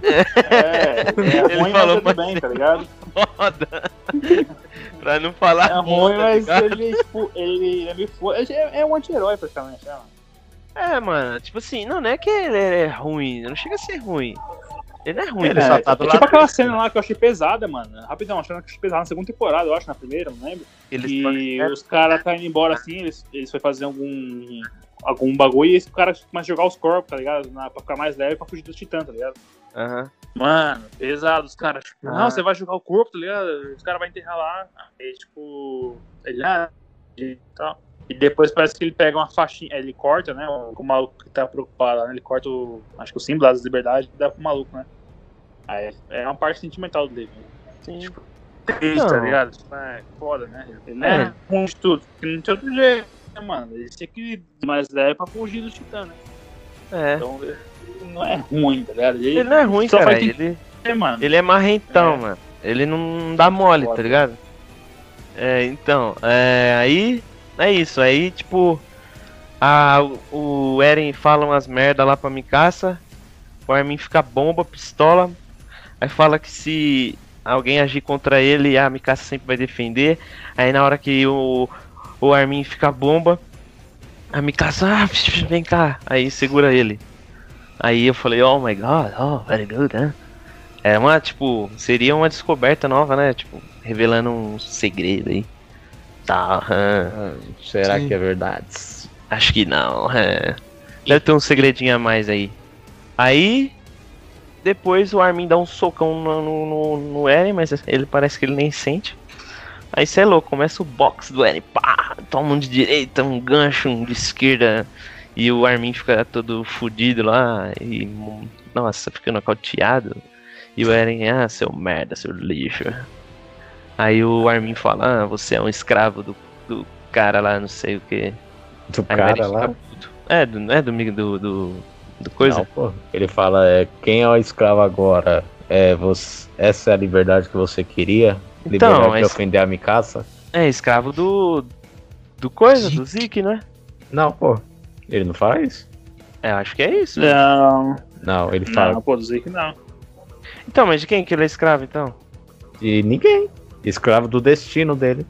É, é Ele ruim, falou, mas é do bem, tá ligado? Foda. Pra não falar. É ruim, foda, tá mas ligado? ele, tipo, ele é meio foda. Ele é, é um anti-herói, praticamente, né, mano? É, mano, tipo assim, não, não é que ele é ruim, não chega a ser ruim. Ele é ruim, Ele né? só tá do é lado tipo aquela dele. cena lá que eu achei pesada, mano. Rapidão, achando que eu achei pesada na segunda temporada, eu acho, na primeira, não lembro. Eles Que os caras tá indo embora assim, eles, eles foi fazer algum, algum bagulho e esse cara começa a jogar os corpos, tá ligado? Na, pra ficar mais leve pra fugir dos titãs, tá ligado? Aham. Mano, pesado, os caras, tipo, Ah. não, você vai jogar o corpo, tá ligado? Os caras vão enterrar lá. Aí, tipo, ele ah, e tal. E depois parece que ele pega uma faixinha, ele corta, né? O, o maluco que tá preocupado, né? Ele corta o, acho que o símbolo das liberdades e dá pro maluco, né? Aí é uma parte sentimental dele. Sim. Tipo, triste, tá Não. ligado? Tipo, é foda, né? Ele não É. é ruim de tudo, porque não tem outro jeito, né, mano? Ele se equilibra, mas leve pra fugir do titã, né? É. Então ele não é ruim, tá ligado? Ele não é ruim, só cara. faz Ele, ter, mano. ele é marrentão, É. mano. Ele não dá mole, tá Foda. ligado? É, então, é, aí é isso. Aí, tipo, a, o o Eren fala umas merda lá pra Mikasa. O Armin fica bomba, pistola. Aí fala que se alguém agir contra ele, a Mikasa sempre vai defender. Aí na hora que o, o Armin fica bomba, a Mikasa, ah, vem cá. Aí segura ele. Aí eu falei, oh my god, oh, very good, né? É uma, tipo, seria uma descoberta nova, né? Tipo, revelando um segredo aí. Tá, aham. Ah, será Sim. que é verdade? Acho que não, é. Deve ter um segredinho a mais aí. Aí, depois o Armin dá um socão no, no, no, no Eren, mas ele parece que ele nem sente. Aí cê é louco, começa o box do Eren, pá, toma um de direita, um gancho, um de esquerda. E o Armin fica todo fudido lá e, nossa, fica nocauteado. E o Eren, ah, seu merda, seu lixo. Aí o Armin fala, ah, você é um escravo do, do cara lá, não sei o que. Do Aí o cara Eren lá? fica puto. É, do, não é do do, do, do coisa? Não, pô. Ele fala, é, quem é o escravo agora? É, você, essa é a liberdade que você queria? Então, Liberdade de mas- ofender a Mikasa? É, escravo do. Do coisa, do Zeke, né? Não, pô. Ele não fala isso? É, acho que é isso. Não, Não, ele fala não, pô, dizer que não. Então, mas de quem que ele é escravo, então? de ninguém. Escravo do destino dele.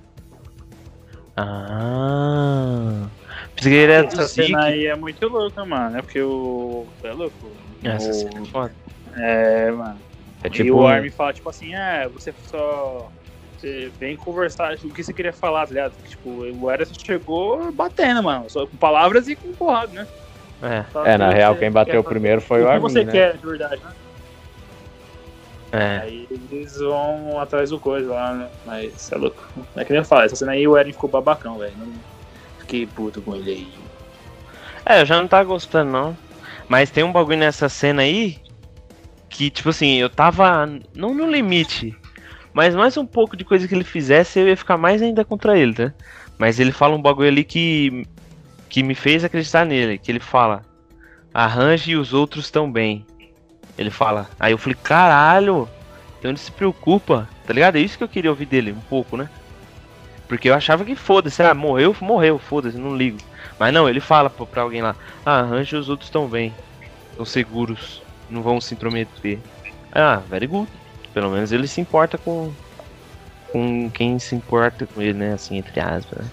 Ah. Pensei que ele era do Essa Zeke. cena aí é muito louca, mano. É porque o. É louco. Essa O- cena é foda. É, mano. É e tipo. o um- Armin fala, tipo assim, ah, você só. Você vem conversar, o que você queria falar, tá ligado? Tipo, o Eren chegou batendo, mano. Só com palavras e com porrada, né? É, Só É, na que real, você quem bateu quer primeiro foi fazer- o O que Armin, você né? quer, de verdade, né? é. Aí eles vão atrás do coisa lá, né? Mas é louco. É que nem eu falo, essa cena aí o Eren ficou babacão, velho. Não fiquei puto com ele aí. É, eu já não tava gostando, não. Mas tem um bagulho nessa cena aí que, tipo assim, eu tava não no limite, mas mais um pouco de coisa que ele fizesse, eu ia ficar mais ainda contra ele, tá? Mas ele fala um bagulho ali que, que me fez acreditar nele. Que ele fala, arranje e os outros estão bem. Ele fala. Aí eu falei, caralho, então ele se preocupa, tá ligado? É isso que eu queria ouvir dele, um pouco, né? Porque eu achava que foda-se, ah, morreu, morreu, foda-se, não ligo. Mas não, ele fala pra, pra alguém lá, ah, arranje e os outros estão bem. Estão seguros, não vão se intrometer. Ah, very good. Pelo menos ele se importa com com quem se importa com ele, né? Assim, entre aspas. Né?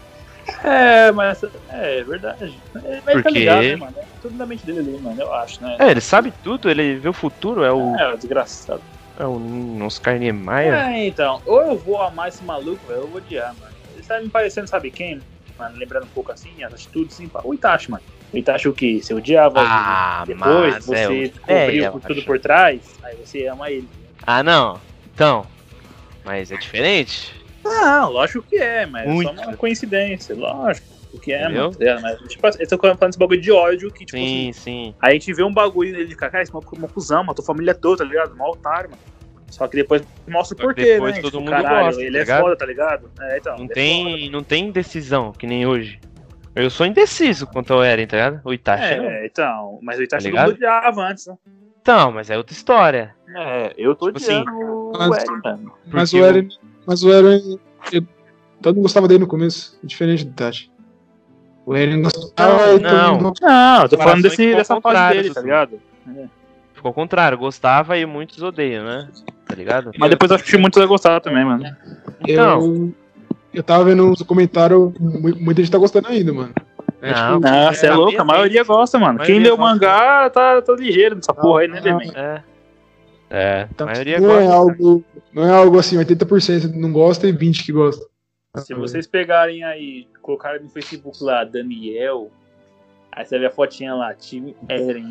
É, mas é, é verdade. É, mas Porque- tá ligado, né, mano? É tudo na mente dele ali, mano, eu acho, né? É, ele sabe tudo, ele vê o futuro, é o, É, desgraçado. é o Oscar Niemeyer. É, então, ou eu vou amar esse maluco, ou eu vou odiar, mano. Ele tá me parecendo, sabe quem? Mano, lembrando um pouco assim, as atitudes, assim, pá, o Itachi, mano. O Itachi o que? Você odiava Ah, ele, depois mas você é o- descobriu é, eu por tudo acho. por trás, aí você ama ele. Ah, não. Então, mas é diferente. Não, lógico que é, mas Muito. é só uma coincidência, lógico. O que é, Entendeu? mano, tá ligado? Mas, tipo, eu tô falando desse bagulho de ódio que, tipo Sim, assim, sim. aí a gente vê um bagulho nele de cara, esse maluco é uma cuzão, matou a família toda, tá ligado? Mó otário, mano. Só que depois mostra o Só que porquê, depois né? todo Tipo, mundo caralho, gosta, ele tá é ligado? foda, tá ligado? É, então. Não ele é tem, não tem decisão, que nem hoje. Eu sou indeciso quanto ao Eren, tá ligado? O Itachi não. É, então, mas o Itachi Tá todo mundo ligado? odiava antes, né? Então, mas é outra história. É, eu tô Tipo assim, odiando o mas- Eren, mano. Mas Porque o Eren. Mas o Eren. eu- todo mundo gostava dele no começo, diferente do Itachi. O Eren gostava e todo Não. mundo. Não, eu tô Comparação falando desse, ficou ao dessa fase contrário, dele, tá Dudu. ligado? Ficou ao contrário, gostava e muitos odeiam, né? Tá ligado? Mas depois eu acho que muitos vai gostar também, mano. Então, Eu, eu tava vendo uns comentários, mu- muita gente tá gostando ainda, mano. É, Não, tipo, Ah, você é a louco, a minha maioria gosta, mano. A Quem maioria leu o gosta. mangá tá, tá ligeiro nessa porra aí, né, não, Demen? é. É. então, a maioria não, é gosta, algo, não é algo assim, oitenta por cento não gosta e vinte por cento que gosta. Se vocês pegarem aí, colocarem no Facebook lá, Daniel, aí você vê a fotinha lá, time Eren.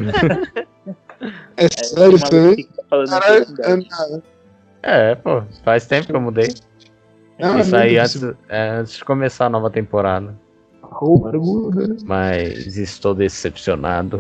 É sério isso maluco aí? que tá falando Caralho, aqui, verdade. é, É, pô, faz tempo que eu mudei. não, Isso é aí muito antes, é, antes de começar a nova temporada. roupa, né? Mas estou decepcionado.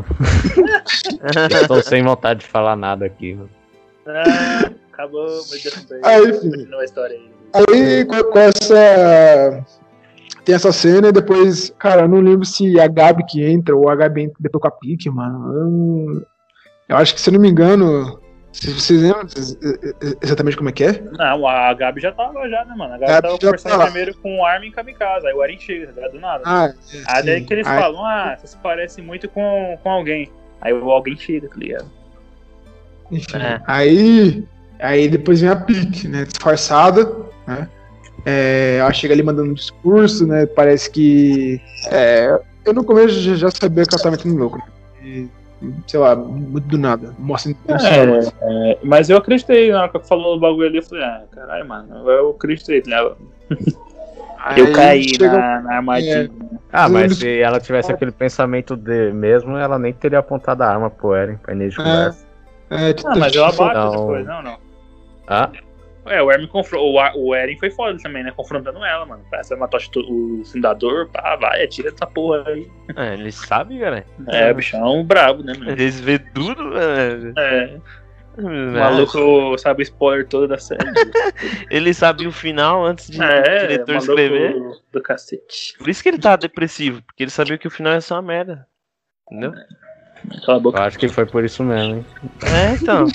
Estou sem vontade de falar nada aqui. Mano. Ah, acabou, mas deixa eu Aí, ver. filho. Continua a história aí. Aí com, com essa. Tem essa cena e depois, cara, eu não lembro se a Gabi que entra ou a Gabi entra depois com a Pique, mano. Eu, não- eu acho que, se eu não me engano, se vocês lembram exatamente como é que é? Não, a Gabi já tava já, né, mano? A Gabi Gabi tava já conversando tá lá. primeiro com o Armin e Kamikaze, aí o Eren chega, tá ligado? Do nada. Ah, é, Aí daí sim. que eles Aí- falam, ah, você se parece muito com, com alguém. Aí o alguém chega, tá ligado? Enfim, É. aí, aí depois vem a Pique, né? Disfarçada, né? É, ela chega ali mandando um discurso, né? Parece que. É, eu no começo já, já sabia que ela tava metendo louco, né? E, sei lá, muito do nada. Mostra intenção. É, mas eu acreditei, na hora que falou o bagulho ali, eu falei, ah, caralho, mano, eu acreditei, tá ligado? Aí Eu caí chega- na, na armadilha. Ah, mas Eles- se ela tivesse aquele pensamento de mesmo, ela nem teria apontado a arma pro Eren pra início de É. conversa. É, Ah, mas eu abato Não. depois, não, não. Ah, É, o Eren confrontou. O, Ar- o Eren foi foda também, né? Confrontando ela, mano. Parece que matou o fundador, pá, vai, atira essa porra aí. É, ele sabe, cara. É, o bichão brabo, né, mano? Eles vê tudo, velho. É, o maluco sabe o spoiler todo da série. Ele sabia o final antes de É, o diretor maluco escrever. do cacete. Por isso que ele tava depressivo, porque ele sabia que o final ia ser uma merda. Entendeu? Cala a eu boca. acho que foi por isso mesmo, hein? É, então.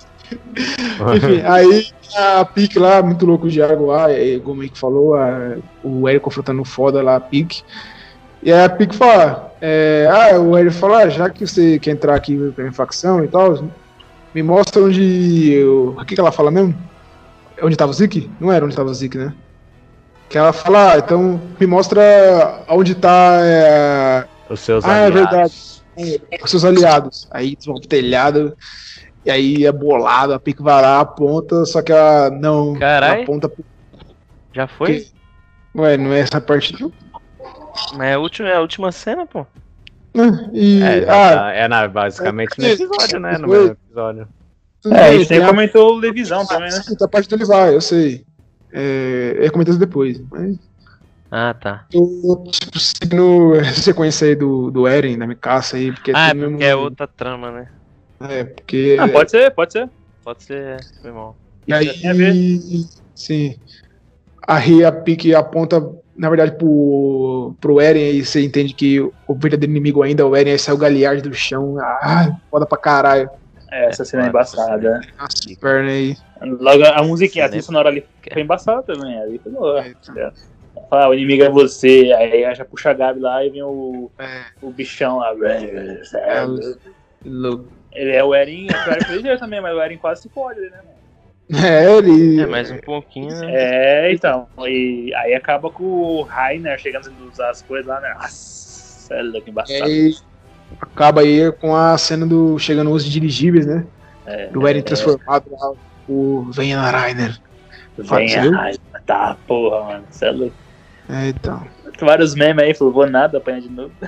Enfim, aí a Pique lá, muito louco o Diago lá, e como o Mick falou, a- o Eren confrontando o foda lá, a Pique. E aí a Pique fala, é, ah, o Eren fala, ah, já que você quer entrar aqui pra minha facção e tal, me mostra onde. Eu... O que, que ela fala mesmo? Onde tava o Zeke? Não era onde tava o Zeke, né? Que ela fala, ah, então me mostra onde tá é, Os seus Ah, é aliados. os seus aliados. Aí eles vão pro telhado, e aí é bolado, a Pique vai lá, aponta, só que ela não Carai. ela aponta pro. Já foi? Que- Ué, não é essa parte não? Mas é a última, é a última cena, pô. E, É, ah, tá- é na, basicamente no é, episódio, né? No foi. mesmo episódio. tudo É, a bem, gente tem nem a- comentou o Levisão também, né? Sim, a parte do Levi, eu sei. É, eu ia comentar isso depois. Mas Ah, tá. eu, tipo, seguindo essa sequência aí do, do Eren, da Mikasa aí, porque Ah, é tudo porque mesmo- é outra trama, né? É, porque. Ah, pode ser, pode ser. Pode ser, foi mal. E aí, Já tem a ver. sim. A Ria Pique aponta, na verdade, pro, pro Eren e você entende que o verdadeiro inimigo ainda é o Eren, aí sai o Galliard do chão. Ah, foda pra caralho. É, essa cena é foda, essa embaçada. Nossa, perna aí. Logo a musiquinha, a Sim, trilha né? sonora ali foi embaçada também. Ali foi boa. Ah, o inimigo é você. Aí já puxa a Gabi lá e vem o, É, o bichão lá. é louco. Ele é o Eren, é o Eren foi ligeiro também, mas o Eren quase se fode, né, mano? É, ele. É, mais um pouquinho, né? É, então. E aí acaba com o Rainer chegando a usar as coisas lá, né? Nossa, é louco, E embaçado. aí acaba aí com a cena do chegando os dirigíveis, né? É, Do Eren transformado lá, o Venha Rainer. Venha, Rainer. Tá, porra, mano. Você é louco. É, então. Vários memes aí, falou, vou nada, apanhar de novo.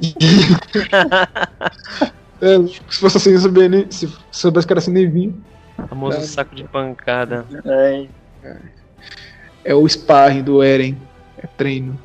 É, se fosse assim, eu sabia nem. Se soubesse que era assim, nem vinha. Famoso É. saco de pancada. É, É o sparring do Eren. É treino.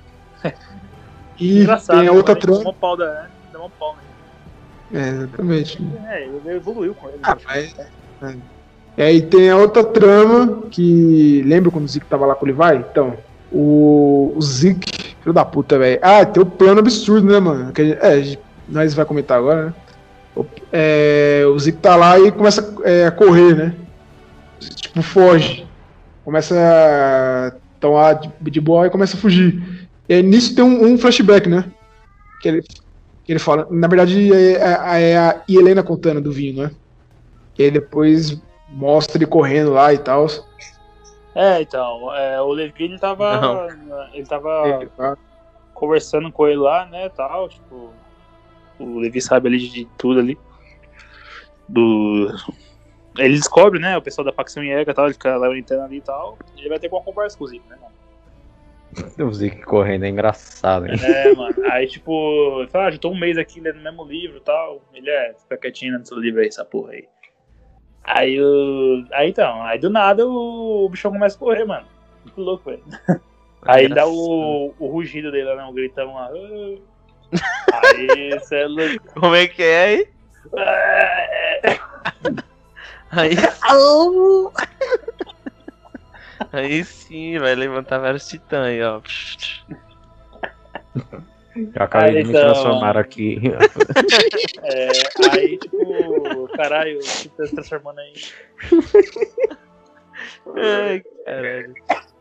E engraçado. tem a outra Dá trama. uma pau da. Dá uma pau, né? É, exatamente. É, ele evoluiu com ele. Ah, mas. É. E aí tem a outra trama que. Lembra quando o Zeke tava lá com o Levi? Então, o, o Zeke, filho da puta, velho. Ah, tem o plano absurdo, né, mano? Que, é, nós vai comentar agora, né? O, é, o Zeke tá lá e começa é, a correr, né? Tipo, foge. Começa a tomar de, de boa e começa a fugir. E aí nisso tem um, um flashback, né? Que ele, que ele fala. Na verdade, é, é, é a Helena contando do vinho, né? E aí depois mostra ele correndo lá e tal. É, então, é, o Levi, ele tava. Não. Ele tava conversando com ele lá, né, tal, tipo. O Levi sabe ali de tudo ali. Do. Ele descobre, né, o pessoal da facção Jäger e tal, ele fica lá orientando ali e tal. E ele vai ter uma conversa com o Zeke, né, mano? O Zeke correndo é engraçado, hein? É, mano. Aí, tipo, ele fala, ah, já tô um mês aqui lendo o mesmo livro e tal. Ele é, fica quietinho nesse livro aí, essa porra aí. Aí o. Aí então, aí do nada o, o bichão começa a correr, mano. Muito louco, velho. Aí dá o, o rugido dele, né? O gritão lá. Aí, cê é louco. Como é que é aí? Aí, aí sim, vai levantar vários titãs aí, ó. Eu acabei Aí, de me então, transformar aqui. É, aí, tipo, caralho, o que tá se transformando aí? Ai, caralho.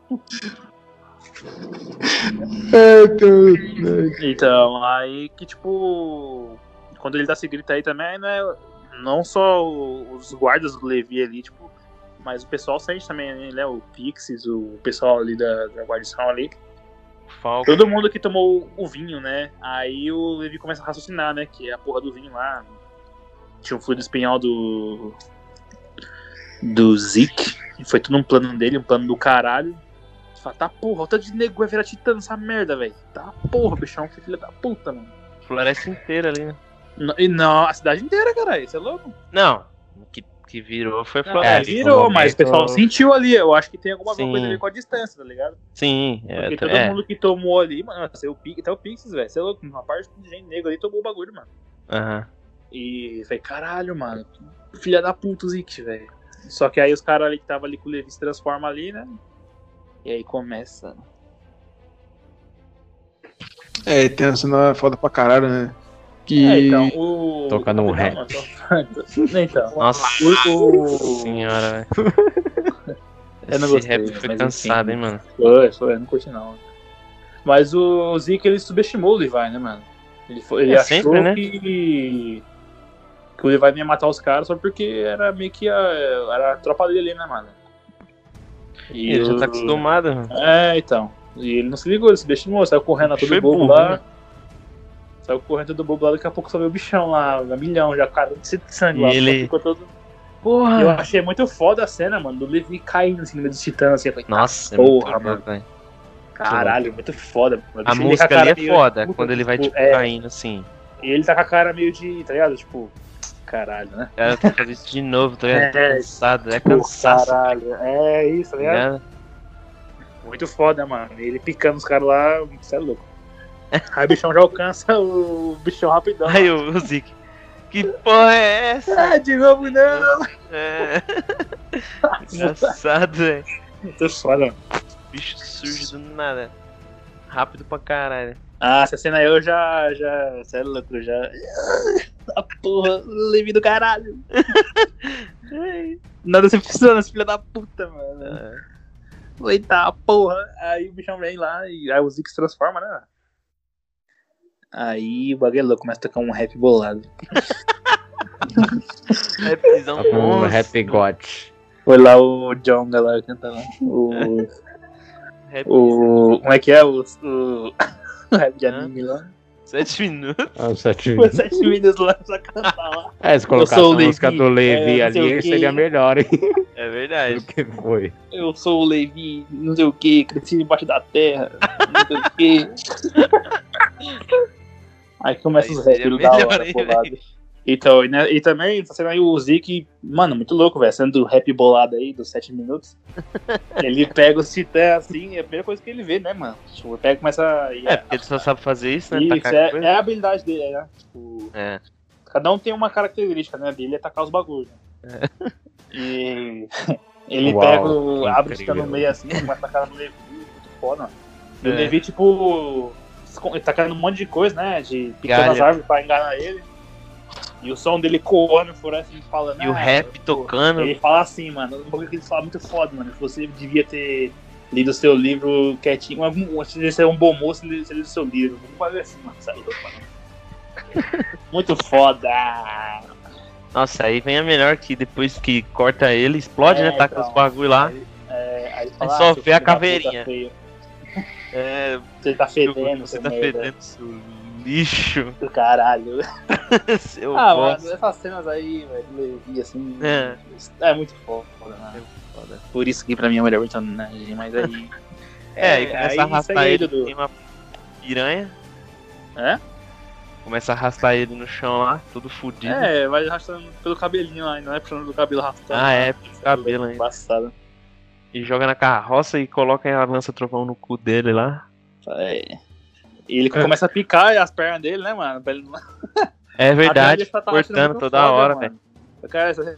É, então, Então, aí que, tipo, quando ele dá esse grito aí também, né, não só os guardas do Levi ali, tipo, mas o pessoal sente também, né, o Pixies, o pessoal ali da, da guarnição ali. Falco. Todo mundo que tomou o vinho, né? Aí o Levi começa a raciocinar, né? Que é a porra do vinho lá. Tinha um fluido espanhol do. Do Zeke. Foi tudo um plano dele, um plano do caralho. Você fala, tá porra, o tanto de nego vai virar titã nessa merda, velho. Tá porra, bichão, que filha da puta, mano. Floresta inteira ali, né? Não, e não, a cidade inteira, caralho, você é louco? Não, o que, que virou foi Não, floresta. virou, no mas o pessoal momento- sentiu ali. Eu acho que tem alguma Sim. coisa a ver com a distância, tá ligado? Sim, é, Porque tá- todo é. mundo que tomou ali, mano, até o Pix, até o Pixies, velho. Você é louco, uma parte de gente negra ali tomou o bagulho, mano. Aham. E falei, caralho, mano, que filha da puta o Zeke, velho. Só que aí os caras ali que tava ali com o Levi se transformam ali, né? E aí começa. é, tem uma cena foda pra caralho, né? Que. É, então, o. Toca num Não, rap. não, tô- Então, Nossa o. senhora, velho. Eu não Esse gostei, rap foi mas cansado, enfim. hein, mano. Foi, foi, eu não curti não. Mas o Zeke, ele subestimou o Levi, né, mano? Ele, foi, ele É, achou sempre, né? que. Que o Levi não ia matar os caras só porque era meio que a, era a tropa dele, né, mano? E Ele já o- tá acostumado, mano. É, então. E ele não se ligou, ele se subestimou, saiu correndo a Bicho todo é bobo burro, lá. né? Saiu correndo todo bobo lá, daqui a pouco só veio o bichão lá, a milhão, já cara de sangue E lá. ele- Só ficou todo... Porra! Eu achei muito foda a cena, mano, do Levi caindo assim no meio dos titãs, assim. Eu falei, Nossa, é Porra, muito mano. louco, velho. caralho, muito foda. Mano. A Ele música com a cara ali é meio- foda, puta, quando ele vai, tipo, é, caindo assim. E ele tá com a cara meio de, tá ligado? Tipo, caralho, né? O cara tá fazendo isso de novo, tá ligado? Tá É, cansado, é Pô, cansaço, tá caralho. É isso, tá ligado? ligado? Muito foda, mano. Ele picando os caras lá, você é louco. Aí o bichão já alcança o bichão rapidão. Aí o, o Zeke, que porra é essa? Ah, de novo não! É. Engraçado, velho. Muito foda, mano. O bicho surge do nada. Rápido pra caralho. Ah, essa cena aí eu já. já você é louco, eu já. A porra, Levi do caralho. Não decepciona esse filho da puta, mano. É. Eita porra. Aí o bichão vem lá e aí o Zeke se transforma, né? Aí o bagulho é louco, começa a tocar um rap bolado. É prisão Tá com um monstro. Rap God. Foi lá o John galera cantando. O. o. Como é que é? O. O rap de anime lá. Sete minutos. Ah, sete Foi sete minutos lá pra cantar lá. É, se colocasse sou o a música Levi, do Levi é, não sei ali, o quê. seria melhor, hein? É verdade. O que foi? Eu sou o Levi, não sei o que, cresci debaixo da terra, não sei o que. Aí começa Aí os rap seria da melhor, hora, hein, bolado. velho? Então, e, né, e também tá sendo aí o Zeke, mano, muito louco, velho, sendo do rap bolado aí, dos sete minutos. Ele pega os titãs assim, é a primeira coisa que ele vê, né, mano? Tipo, ele pega e começa a. É, porque ele só sabe fazer isso, né? Isso, Tacar é, coisa. é a habilidade dele, né? Tipo, É. cada um tem uma característica, né? Dele é tacar os bagulhos. Né? É. E ele Uau, pega, o, abre o incrível. titã no meio assim, começa a tacar no Levi, muito foda, mano. E É. o Levi, tipo, escon- tacando um monte de coisa, né? De picando Galha. as árvores pra enganar ele. E o som dele coando, floresta, ele falando. E o ah, rap pô, tocando. Ele fala assim, mano, um bagulho que ele fala muito foda, mano. Que você devia ter lido o seu livro quietinho. Você devia ser um bom moço e você lido o seu livro. Vamos fazer assim, mano. Sai louco, mano. Muito foda! Nossa, aí vem a melhor que depois que corta ele, explode, É, né? Taca então, os bagulho lá. Aí, é, aí, Aí fala, só ah, seu vê a filho da puta caveirinha. feio. É, Você tá fedendo, você seu tá merda fedendo seu lixo. do caralho. Seu Ah, bosta. mano, essas cenas aí, velho, Levi, assim. É. É muito foda, mano. Foda. Por isso que pra mim é o melhor personagem, mas aí. É, aí começa a arrastar segue aí, ele, Dudu. tem uma piranha. É? Começa a arrastar ele no chão lá, todo fudido. É, vai arrastando pelo cabelinho lá, não é puxando do cabelo arrastando. Ah, é, pelo cabelo ainda. Embaçado. E joga na carroça e coloca a lança-trovão no cu dele lá. É. E ele começa a picar as pernas dele, né, mano? Pra ele não- É verdade, Até ele tá cortando achando toda muito hora, foda, velho. mano. Cara, essa-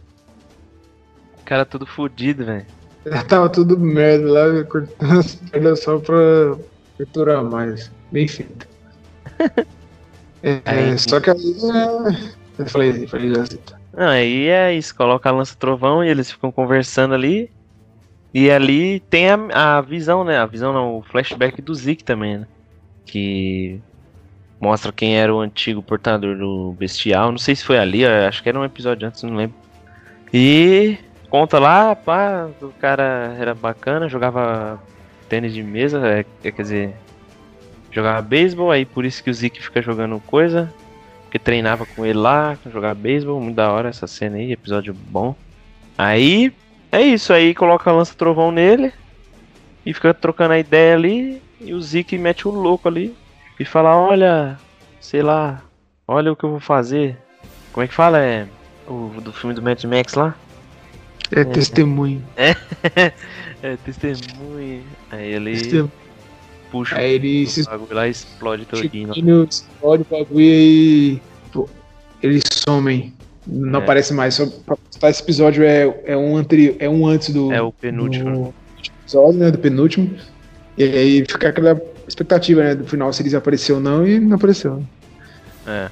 O cara todo fudido, velho. Já tava tudo merda lá, cortando as pernas só pra torturar mais. Bem feito. É, Aí- só que aí. É... Eu falei, falei Gazeta. Não, aí é isso, coloca a lança-trovão e eles ficam conversando ali. E ali tem a, a visão, né? A visão não, o flashback do Zeke também, né? Que mostra quem era o antigo portador do bestial. Não sei se foi ali, eu acho que era um episódio antes, não lembro. E conta lá, pá, o cara era bacana, jogava tênis de mesa, é, é, quer dizer, jogava beisebol, aí por isso que o Zeke fica jogando coisa. Porque treinava com ele lá, jogava beisebol, muito da hora essa cena aí, episódio bom. Aí, é isso, aí coloca a lança-trovão nele e fica trocando a ideia ali. E o Zeke mete o louco ali e fala: olha, sei lá, olha o que eu vou fazer. Como é que fala? É o do filme do Mad Max lá? É testemunho. É, testemunha. Aí ele Testemunho. puxa Aí ele o se bagulho lá e explode todinho. Chiquinho explode o bagulho e pô, eles somem. Não É. aparece mais. Só pra postar esse episódio é, é, um anterior, é um antes do, É o penúltimo. do episódio, né? Do penúltimo. E aí fica aquela expectativa, né? Do final, se eles apareceram ou não, e não apareceu. É.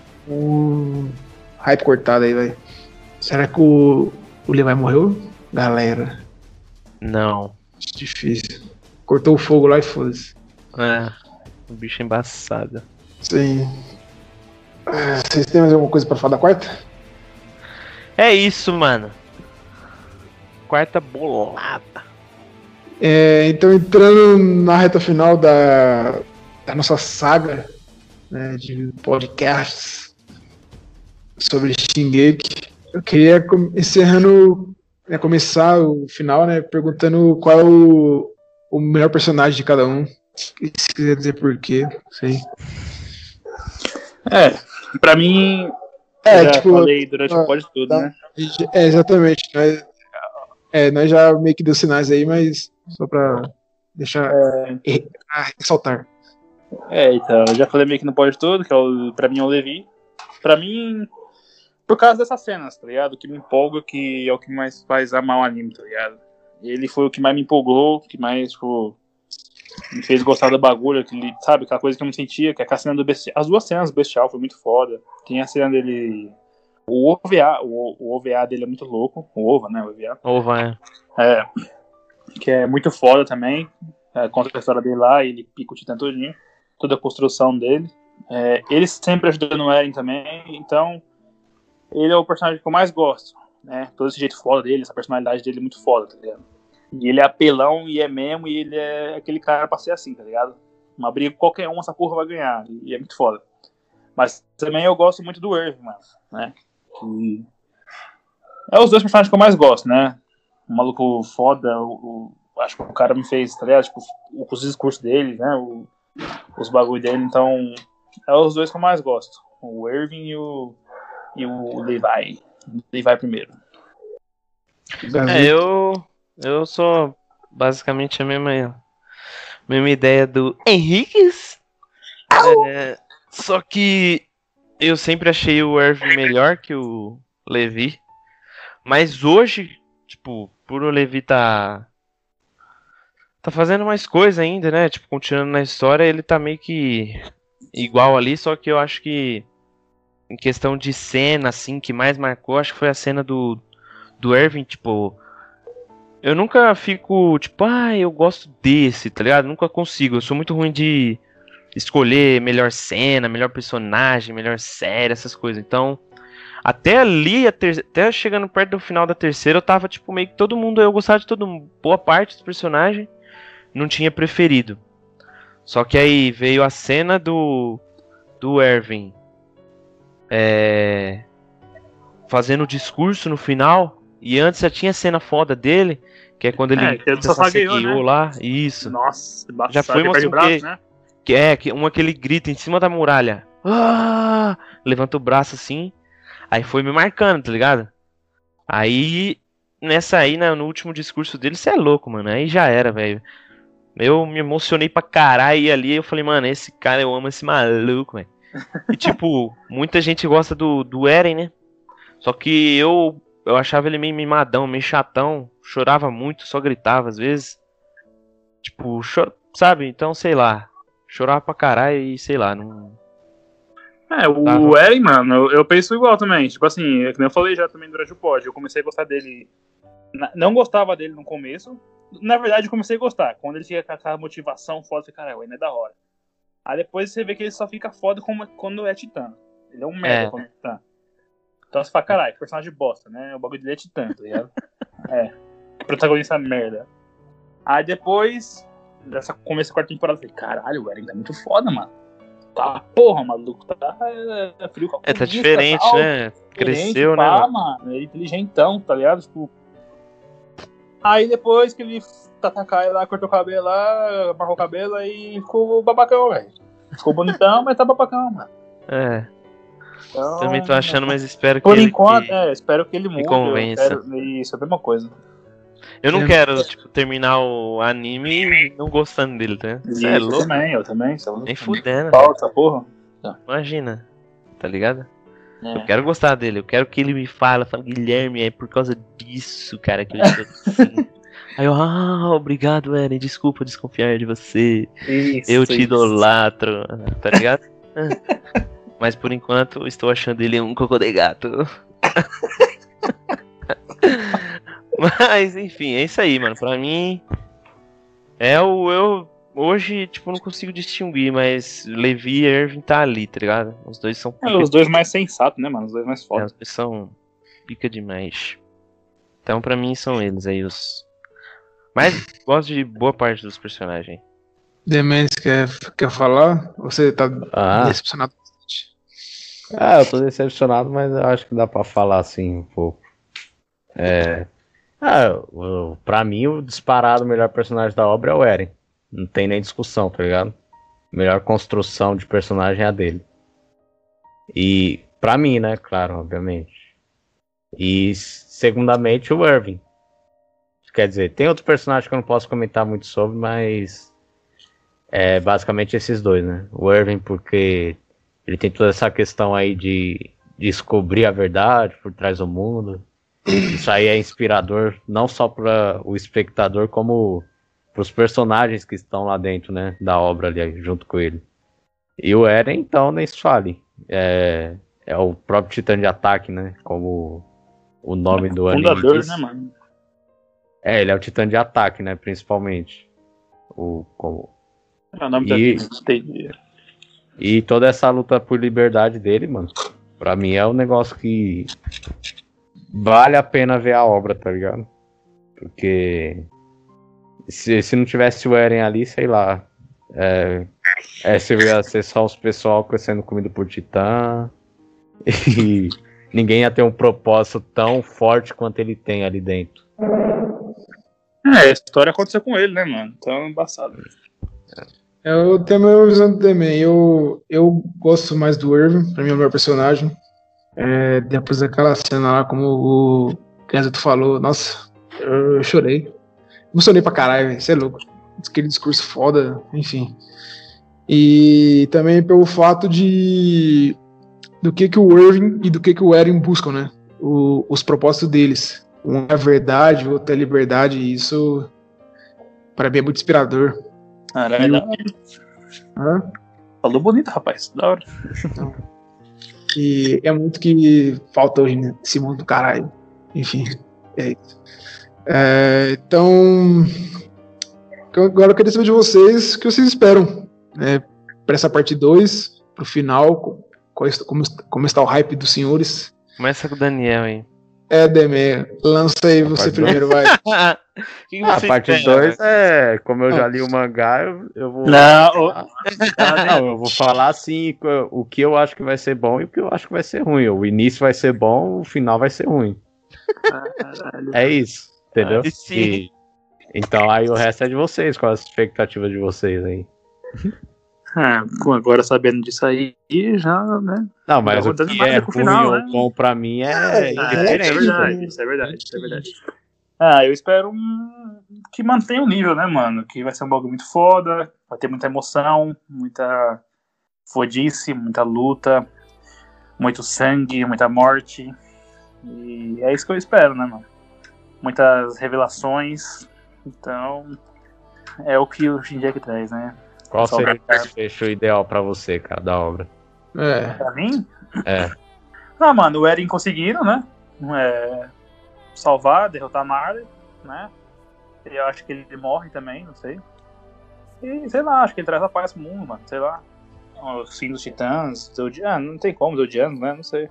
Um hype cortado aí, vai. Será que o, o Levi morreu? Galera, Não. difícil. Cortou o fogo lá e foda-se. É. O bicho é embaçado. Sim. Ah, vocês têm mais alguma coisa pra falar da quarta? É isso, mano. Quarta bolada. É, então, entrando na reta final da, da nossa saga, né, de podcasts sobre Shingeki, eu queria, com- encerrando, né, começar o final, né, perguntando qual é o, o melhor personagem de cada um. E se quiser dizer por quê, não sei. É, pra mim, É, eu já tipo, falei durante ah, o pódio tudo, tá. né? É, exatamente. Nós, é, nós já meio que deu sinais aí, mas só pra deixar. É, ah, ressaltar. É, então, eu já falei meio que no pódio todo, que é o, pra mim é o Levi. Pra mim, por causa dessas cenas, tá ligado? Que me empolga, que é o que mais faz amar o anime, tá ligado? Ele foi o que mais me empolgou, que mais, tipo, me fez gostar do bagulho, aquele, sabe? Aquela coisa que eu não sentia, que é a cena do Bestial. As duas cenas do Bestial foi muito foda. Tem a cena dele. O O V A, o, o O V A dele é muito louco. O O V A, né? O O V A. Ou vai. É. Que é muito foda também. É, conta a história dele lá, ele pica o Titã todinho. Toda a construção dele. É, ele sempre ajudando o Eren também. Então, ele é o personagem que eu mais gosto né? Todo esse jeito foda dele, essa personalidade dele é muito foda, tá ligado? E ele é apelão e é mesmo, e ele é aquele cara pra ser assim, tá ligado? Uma briga com qualquer um, essa porra vai ganhar, e é muito foda. Mas também eu gosto muito do Irving, mano, né? Que é os dois personagens que eu mais gosto, né? O maluco foda, o, o, acho que o cara me fez, tá ligado? Tipo, os discursos dele, né? O, os bagulho dele, então é os dois que eu mais gosto. O Irving e o, e o Levi. Levi primeiro. É, eu, eu sou basicamente a mesma, mesma ideia do Henriquez. É, só que eu sempre achei o Irving melhor que o Levi. Mas hoje, tipo, por o Levi tá tá fazendo mais coisa ainda, né? Tipo, continuando na história, ele tá meio que igual ali, só que eu acho que em questão de cena, assim, que mais marcou, acho que foi a cena do, do Irving, tipo, eu nunca fico, tipo, ah, eu gosto desse, tá ligado? Nunca consigo, eu sou muito ruim de escolher melhor cena, melhor personagem, melhor série, essas coisas, então... Até ali, até chegando perto do final da terceira, eu tava, tipo, meio que todo mundo... Eu gostava de todo boa parte dos personagens, não tinha preferido. Só que aí veio a cena do... Do Irving... É... Fazendo o discurso no final. E antes já tinha cena foda dele, que é quando ele... É, que ele só ganhou, né? lá. Isso. Nossa, já foi uma assim, braço, que... né? que é, que um aquele grito em cima da muralha. Ah! Levanta o braço assim... Aí foi me marcando, tá ligado? Aí, nessa aí, né, no último discurso dele, você é louco, mano. Aí já era, velho. Eu me emocionei pra caralho e ali eu falei, mano, esse cara, eu amo esse maluco, velho. E tipo, muita gente gosta do, do Eren, né? Só que eu, eu achava ele meio mimadão, meio chatão. Chorava muito, só gritava às vezes. Tipo, chor... sabe? Então, sei lá. Chorava pra caralho e sei lá, não... É, o Tava. Eren, mano, eu, eu penso igual também. Tipo assim, é que nem eu falei já também durante o pod. Eu comecei a gostar dele. Na, não gostava dele no começo. Na verdade, eu comecei a gostar. Quando ele fica com aquela motivação foda, eu falei, caralho, ele é da hora. Aí depois você vê que ele só fica foda como, quando é titã. Ele é um merda É. quando é titã. Então você fala, caralho, personagem bosta, né? O bagulho dele é titã, tá ligado? É. Protagonista merda. Aí depois, dessa começo da quarta temporada, eu falei, caralho, o Eren tá muito foda, mano. Tá, porra, maluco, tá é, frio com a É, tá comunista, diferente, tal, né? diferente, Cresceu, pá, né? Mano? mano. Ele é inteligentão, tá ligado? Tipo... Aí depois que ele tatacar lá, cortou o cabelo lá, amarrou o cabelo, aí ficou babacão, velho. Ficou bonitão, mas tá babacão, mano. É. Então, Também tô achando, mas espero que por ele. enquanto, que... é, espero que ele mude. convença. Eu quero... Isso, é a mesma coisa. Eu não É. quero, tipo, terminar o anime não gostando dele, tá? Você é Isso, eu louco? também, eu também. Nem fudendo. Falta essa porra. Imagina. Tá ligado? É. Eu quero gostar dele, eu quero que ele me fale, fala, Guilherme, é por causa disso, cara, que eu estou assim. Aí eu, ah, obrigado, Eren, desculpa desconfiar de você. Isso, Eu te isso. idolatro, tá ligado? Mas por enquanto estou achando ele um cocô de gato. Mas enfim, é isso aí, mano. Pra mim é o eu hoje, tipo, não consigo distinguir, mas Levi e Irving tá ali, tá ligado? Os dois são É, pica, os dois mais sensatos, né, mano? Os dois mais é, foda. os dois são pica demais. Então pra mim são eles aí os. Mas gosto de boa parte dos personagens. Demência, quer, quer falar? Você tá Ah. decepcionado bastante? Ah, eu tô decepcionado, mas eu acho que dá pra falar assim um pouco. É. Ah, o- pra mim, o disparado melhor personagem da obra é o Eren. Não tem nem discussão, tá ligado? Melhor construção de personagem é a dele. E pra mim, né? Claro, obviamente. E segundamente o Irving. Quer dizer, tem outros personagens que eu não posso comentar muito sobre, mas é basicamente esses dois, né? O Irving porque ele tem toda essa questão aí de descobrir a verdade por trás do mundo. Isso aí é inspirador não só para o espectador, como para os personagens que estão lá dentro, né, da obra ali junto com ele. E o Eren, então, nem se fale. É, é o próprio Titã de Ataque, né? Como o nome do anime Fundador, diz. né, mano? É, ele é o Titã de Ataque, né? Principalmente. O, como... É o nome E- da entendi. E toda essa luta por liberdade dele, mano, pra mim é um negócio que vale a pena ver a obra, tá ligado? Porque se, se não tivesse o Eren ali, sei lá, é, é, se ia ser só os pessoal sendo comido por Titã e ninguém ia ter um propósito tão forte quanto ele tem ali dentro. É, a história aconteceu com ele, né, mano? Então é embaçado. Eu tenho a minha visão também. Eu, eu gosto mais do Irving, pra mim é o melhor personagem. É, depois daquela cena lá, como o Kenzo falou, nossa, eu chorei. Emocionei pra caralho, velho. Você é louco. Aquele discurso foda, enfim. E também pelo fato de do que, que o Irving e do que, que o Eren buscam, né? O, os propósitos deles. Um é a verdade, o outro é a liberdade, e isso para mim é muito inspirador. Caralho, da hora. Hã? Falou bonito, rapaz. Da hora. E é muito que falta hoje nesse mundo do caralho. Enfim, é isso. É, então, agora eu queria saber de vocês o que vocês esperam, né, para essa parte dois, pro final, qual, como, como está o hype dos senhores. Começa com o Daniel aí. É, Deme, lança aí você primeiro, vai. que que Ah, a você parte espera? dois é, como eu já li o mangá, eu, eu vou. Não, o- Ah, não, eu vou falar assim o que eu acho que vai ser bom e o que eu acho que vai ser ruim. O início vai ser bom, o final vai ser ruim. É isso, entendeu? Ah, sim. E- então aí o resto é de vocês, qual a expectativa de vocês aí? Ah, com agora sabendo disso aí, já, né? Não, mas Eu vou o dando que mais é pro ruim final, ou né? bom pra mim é É, Ah, indiferente. isso é verdade, isso é verdade, isso é verdade. Ah, eu espero um- que mantenha o nível, né, mano? Que vai ser um bagulho muito foda, vai ter muita emoção, muita fodice, muita luta, muito sangue, muita morte. E é isso que eu espero, né, mano? Muitas revelações. Então, é o que o Shinji traz, né? Qual Só seria o pra- desfecho ideal pra você, cara, da obra? É, Pra mim, É, ah, mano, o Eren conseguiram, né? É, salvar, derrotar a Marley, né? Eu acho que ele morre também, não sei. E sei lá, acho que ele traz a paz pro mundo, mano. Sei lá. O fim dos titãs. Zodi- Ah, não tem como, Zodianos, né? Não sei.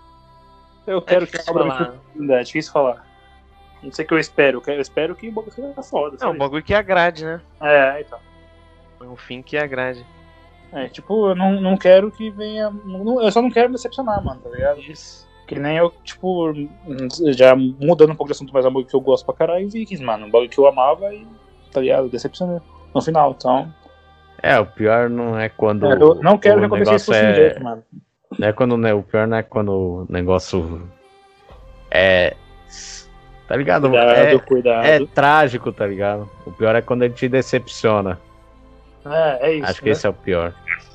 Eu quero que a difícil obra falar. me é difícil falar. Não sei o que eu espero. Eu espero que o bagulho seja foda. É só um bagulho que agrade, né? isso. É, então. É um fim que agrade. É, tipo, eu não, não quero que venha. não- eu só não quero me decepcionar, mano, tá ligado? Isso. Que nem eu, tipo, já mudando um pouco de assunto, mas é um bagulho que eu gosto pra caralho, Vikings, mano. Um bagulho que eu amava e, tá ligado? Decepcionei no final, então. é, o pior não é quando. É, eu não quero o que aconteça isso negócio com o é, Shinji, mano. não é quando, né, o pior não é quando o negócio é. Tá ligado? Cuidado, É, cuidado. é trágico, tá ligado? O pior é quando ele te decepciona. É, é isso. Acho que né? esse é o pior.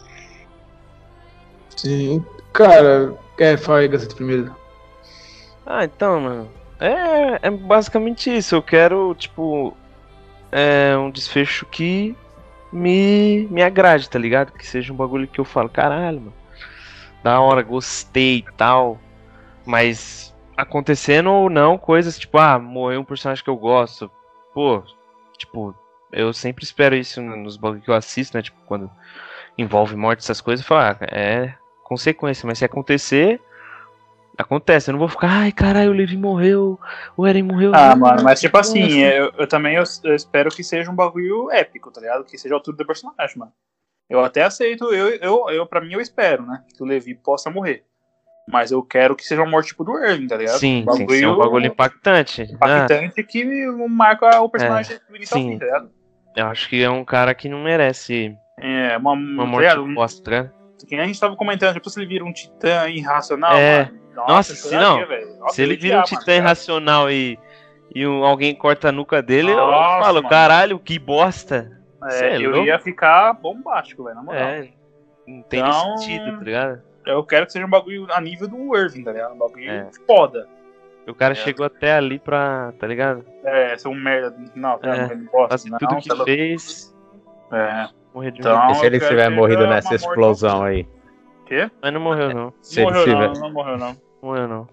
sim. Cara, é, fala aí, Gazeta, primeiro. Ah, então, mano. É, é basicamente isso. Eu quero, tipo, é um desfecho que me, me agrade, tá ligado? Que seja um bagulho que eu falo, caralho, mano. Da hora, gostei e tal. Mas acontecendo ou não, coisas tipo, ah, morreu um personagem que eu gosto. Pô, tipo, eu sempre espero isso nos bagulhos que eu assisto, né? Tipo, quando envolve morte, essas coisas, eu falo, ah, é consequência, mas se acontecer. Acontece, eu não vou ficar, ai caralho, o Levi morreu, o Eren morreu. Ah, não, mano, mas tipo nossa. assim, eu, eu também eu, eu espero que seja um bagulho épico, tá ligado? Que seja a altura do personagem, mano. Eu até aceito, eu, eu, eu, pra mim eu espero, né? Que o Levi possa morrer. Mas eu quero que seja uma morte tipo do Erwin, tá ligado? Sim, um sim, sim, é um bagulho impactante. Ah, impactante que marca o personagem do início ao sim. fim, tá ligado? eu acho que é um cara que não merece É, uma, uma tá morte ligado? de bosta, tá ligado? Que nem a gente tava comentando, tipo, se ele vira um titã irracional, É. mano. Nossa, eu se choraria, não, velho. Nossa, Se eu ele ia vira um odiar, titã mano, cara. irracional e, e um- alguém corta a nuca dele, eu Nossa, falo, mano. caralho, que bosta. Cê É, é eu louco? ia ficar bombástico, velho, na moral. É, não tem Então- nem sentido, tá ligado? Eu quero que seja um bagulho a nível do Irving, tá ligado? Um bagulho É. foda. O cara É. chegou até ali pra, tá ligado? É, ser um merda. Não, tá, É. não gosto. Fazer Não, tudo que tá louco. fez, É. morrer de Então- então... E se ele eu quero tiver que morrido seja nessa uma morte- explosão aí? Quê? Mas não morreu não, Se ele morreu tiver. não, não morreu não. morreu não.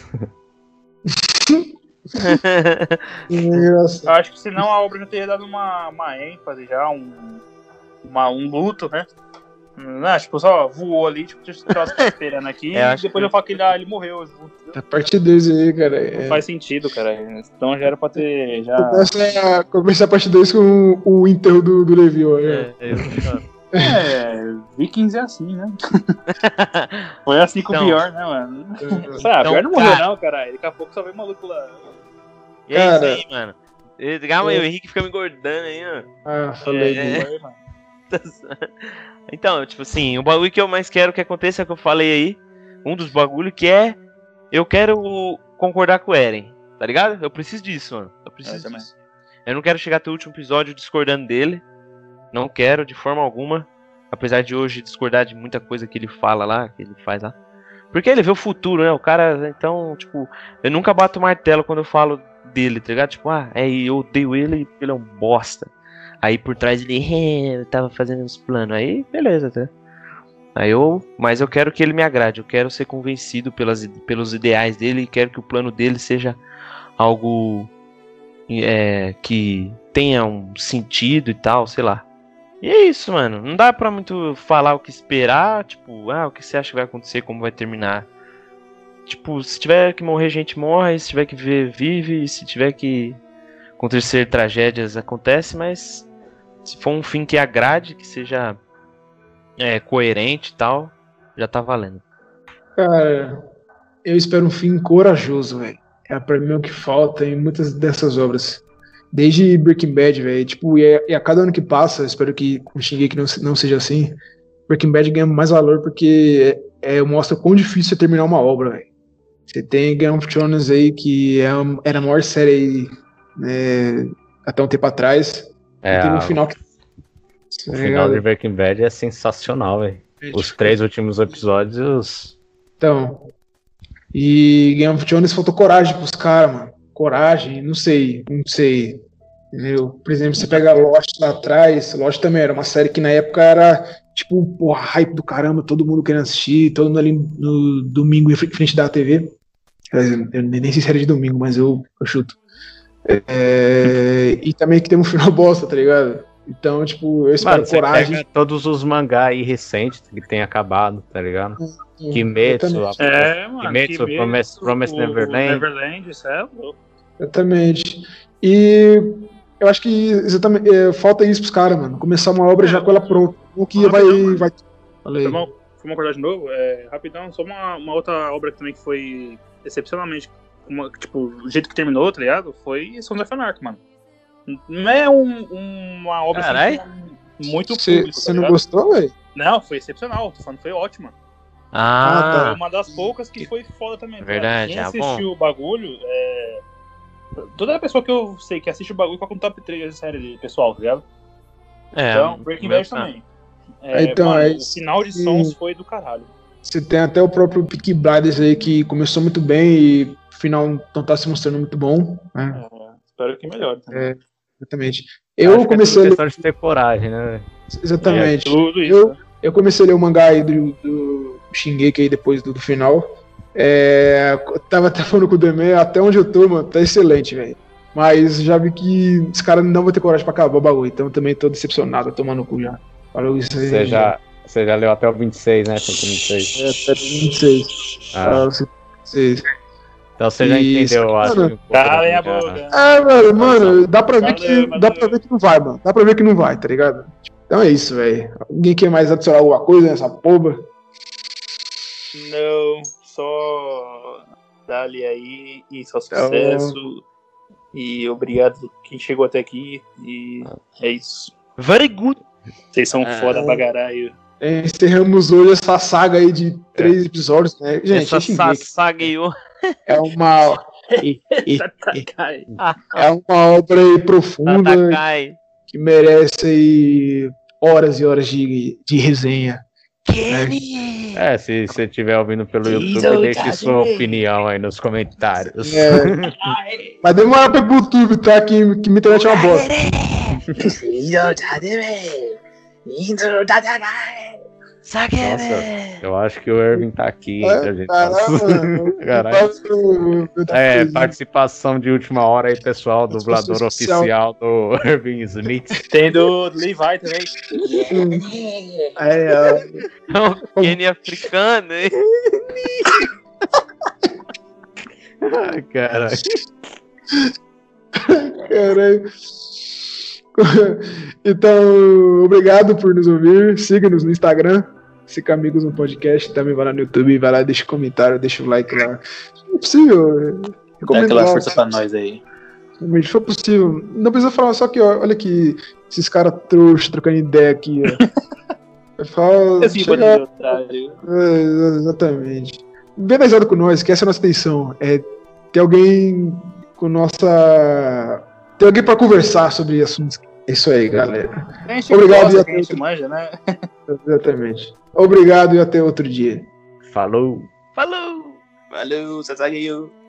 Engraçado. Eu acho que senão a obra já teria dado uma, uma ênfase já, um, uma, um luto, né? Não, tipo, só voou ali, tipo, deixa eu estar esperando aqui, É, e acho depois que- eu falo que ele, ah, ele morreu. A parte dois aí, cara. Não É... faz sentido, cara. Então já era pra ter. Já... Começa, a, começa a parte dois com o, o enterro do, do Levi, ó. É, eu- É, Vikings é assim, né? Foi assim com Então- o Pior, né, mano? É. Sabe, Então, Pior não morreu, cara- não, caralho. Daqui a pouco só vem maluco lá. E é isso Cara- aí, mano. E- Calma aí, o Henrique fica me engordando aí, ó. Ah, falei. É. né? Foi, mano. Então, tipo assim, o bagulho que eu mais quero que aconteça é o que eu falei aí. Um dos bagulhos que é. Eu quero concordar com o Eren, tá ligado? Eu preciso disso, mano. Eu preciso É, também. disso. Eu não quero chegar até o último episódio discordando dele. Não quero, de forma alguma. Apesar de hoje discordar de muita coisa que ele fala lá, que ele faz lá. Porque ele vê o futuro, né? O cara, então, tipo, eu nunca bato martelo quando eu falo dele, tá ligado? Tipo, ah, é, eu odeio ele porque ele é um bosta. Aí por trás ele, é, eu tava fazendo uns planos. Aí, beleza, tá? Aí eu, mas eu quero que ele me agrade. Eu quero ser convencido pelas, pelos ideais dele e quero que o plano dele seja algo é, que tenha um sentido e tal, sei lá. E é isso, mano. Não dá pra muito falar o que esperar, tipo, ah, o que você acha que vai acontecer, como vai terminar. Tipo, se tiver que morrer, gente morre, se tiver que viver, vive, se tiver que acontecer tragédias, acontece, mas se for um fim que agrade, que seja é, coerente e tal, já tá valendo. Cara, eu espero um fim corajoso, velho. É pra mim o que falta em muitas dessas obras. Desde Breaking Bad, velho. Tipo, e a, e a cada ano que passa, eu espero que com Shingeki não, se- não seja assim. Breaking Bad ganha mais valor porque é, é, mostra quão difícil é terminar uma obra, velho. Você tem Game of Thrones aí, que é, a- era a maior série aí, né, até um tempo atrás. É, e tem um a- final que. o final de Breaking Bad é sensacional, velho. Os três últimos episódios. Então. E Game of Thrones faltou coragem pros caras, mano. Coragem, não sei, não sei. Entendeu? Por exemplo, você pega Lost lá atrás, Lost também era uma série que na época era tipo, porra, hype do caramba, todo mundo querendo assistir, todo mundo ali no domingo em frente da T V. Eu nem sei se era de domingo, mas eu, eu chuto. É, e também que tem um final bosta, tá ligado? Então, tipo, eu espero Mano, você coragem. pega todos os mangá aí recentes que tem acabado, tá ligado? Kimetsu, Exatamente. a- É, mano. Kimetsu, Promise- Promise o- Neverland. Neverland, isso é louco. Exatamente. E eu acho que exatamente, é, falta isso pros caras, mano. Começar uma obra já com ela pronta. O que vai. Rapidão, vai... Falei. Vamos vamos acordar de novo? É, rapidão, só uma, uma outra obra também que foi excepcionalmente, uma, tipo, o jeito que terminou, tá ligado? Foi Sons of Anarchy, mano. Não é um, uma obra Carai. assim, muito Você pública, você tá não ligado? gostou, velho? Não, foi excepcional, tô falando que foi ótima. Ah, Foi Ah, uma das poucas que foi foda também. cara. Verdade, Quem ah, assistiu o bagulho, é... toda pessoa que eu sei que assiste o bagulho coloca no top três de série de pessoal, tá ligado? é. Então, Breaking Bad tá. também. É, Então, mano, é o final de isso. sons foi do caralho. Você tem até o próprio Peaky Blinders aí que começou muito bem e no final não tá se mostrando muito bom. Né? É, espero que melhore. também. É, exatamente. Acho Eu que é comecei tudo a ler. questão de ter coragem, né, velho? Exatamente. Tudo isso. Eu, né? eu comecei a ler o mangá aí do, do Shingeki aí depois do, do final. É, eu tava até falando com o Demer, até onde eu tô, mano, tá excelente, velho. Mas já vi que os caras não vão ter coragem pra acabar o bagulho, então também tô decepcionado, tomando no cu já. Falou isso aí. Você já, você já leu até o vinte e seis, né? Tem vinte e seis. É, até vinte e seis. Ah, Falou vinte e seis. então você já Isso, entendeu, eu acho. mano. um pouco Calem da- a boca. Ah, mano, mano, dá pra ver Valeu, que valeu. dá pra ver que não vai, mano. Dá pra ver que não vai, tá ligado? Então é isso, velho. Alguém quer mais adicionar alguma coisa nessa porra? Não, só dali aí e só Então- sucesso. E obrigado quem chegou até aqui. E é isso. Very good. Vocês são Ah. foda pra caralho. É, encerramos hoje essa saga aí de três episódios, né? Gente, Essa é Shingeki. saga aí, ó. É uma. e- e- Tatakai. é uma obra aí profunda Tatakai. que merece aí horas e horas de, de resenha. Kenny. É, se você estiver ouvindo pelo YouTube, deixe sua opinião aí nos comentários. É, mas demora pra ir pro YouTube, tá? Que, que minha internet é uma bosta. Sakebe! Nossa, eu acho que o Irving tá aqui. É, a gente caramba, Caralho. eu- eu- É, participação de última hora aí, pessoal, dublador Participação oficial do Irving Smith. Tem do Levi também. É, é, O Kenny africano, hein? Ai, caralho. caralho. Então, obrigado por nos ouvir. Siga-nos no Instagram. Fica Amigos no Podcast. Também vai lá no YouTube, vai lá, deixa um comentário, deixa o like lá. Se for possível, Dá recomendo aquela lá. força pra nós aí. Se for possível. Não precisa falar, só que ó, olha aqui, esses caras trouxas trocando ideia aqui, ó. Fala, Assim, chega- pode otário. É, exatamente. Vem dar risada com nós, que essa é a nossa intenção. É ter alguém com nossa. Ter alguém pra conversar sobre assuntos. É isso aí, galera. A gente Obrigado, gosta, e que a gente até- manja, né? Exatamente. Obrigado e até outro dia. Falou. Falou! Valeu, Sasageyo.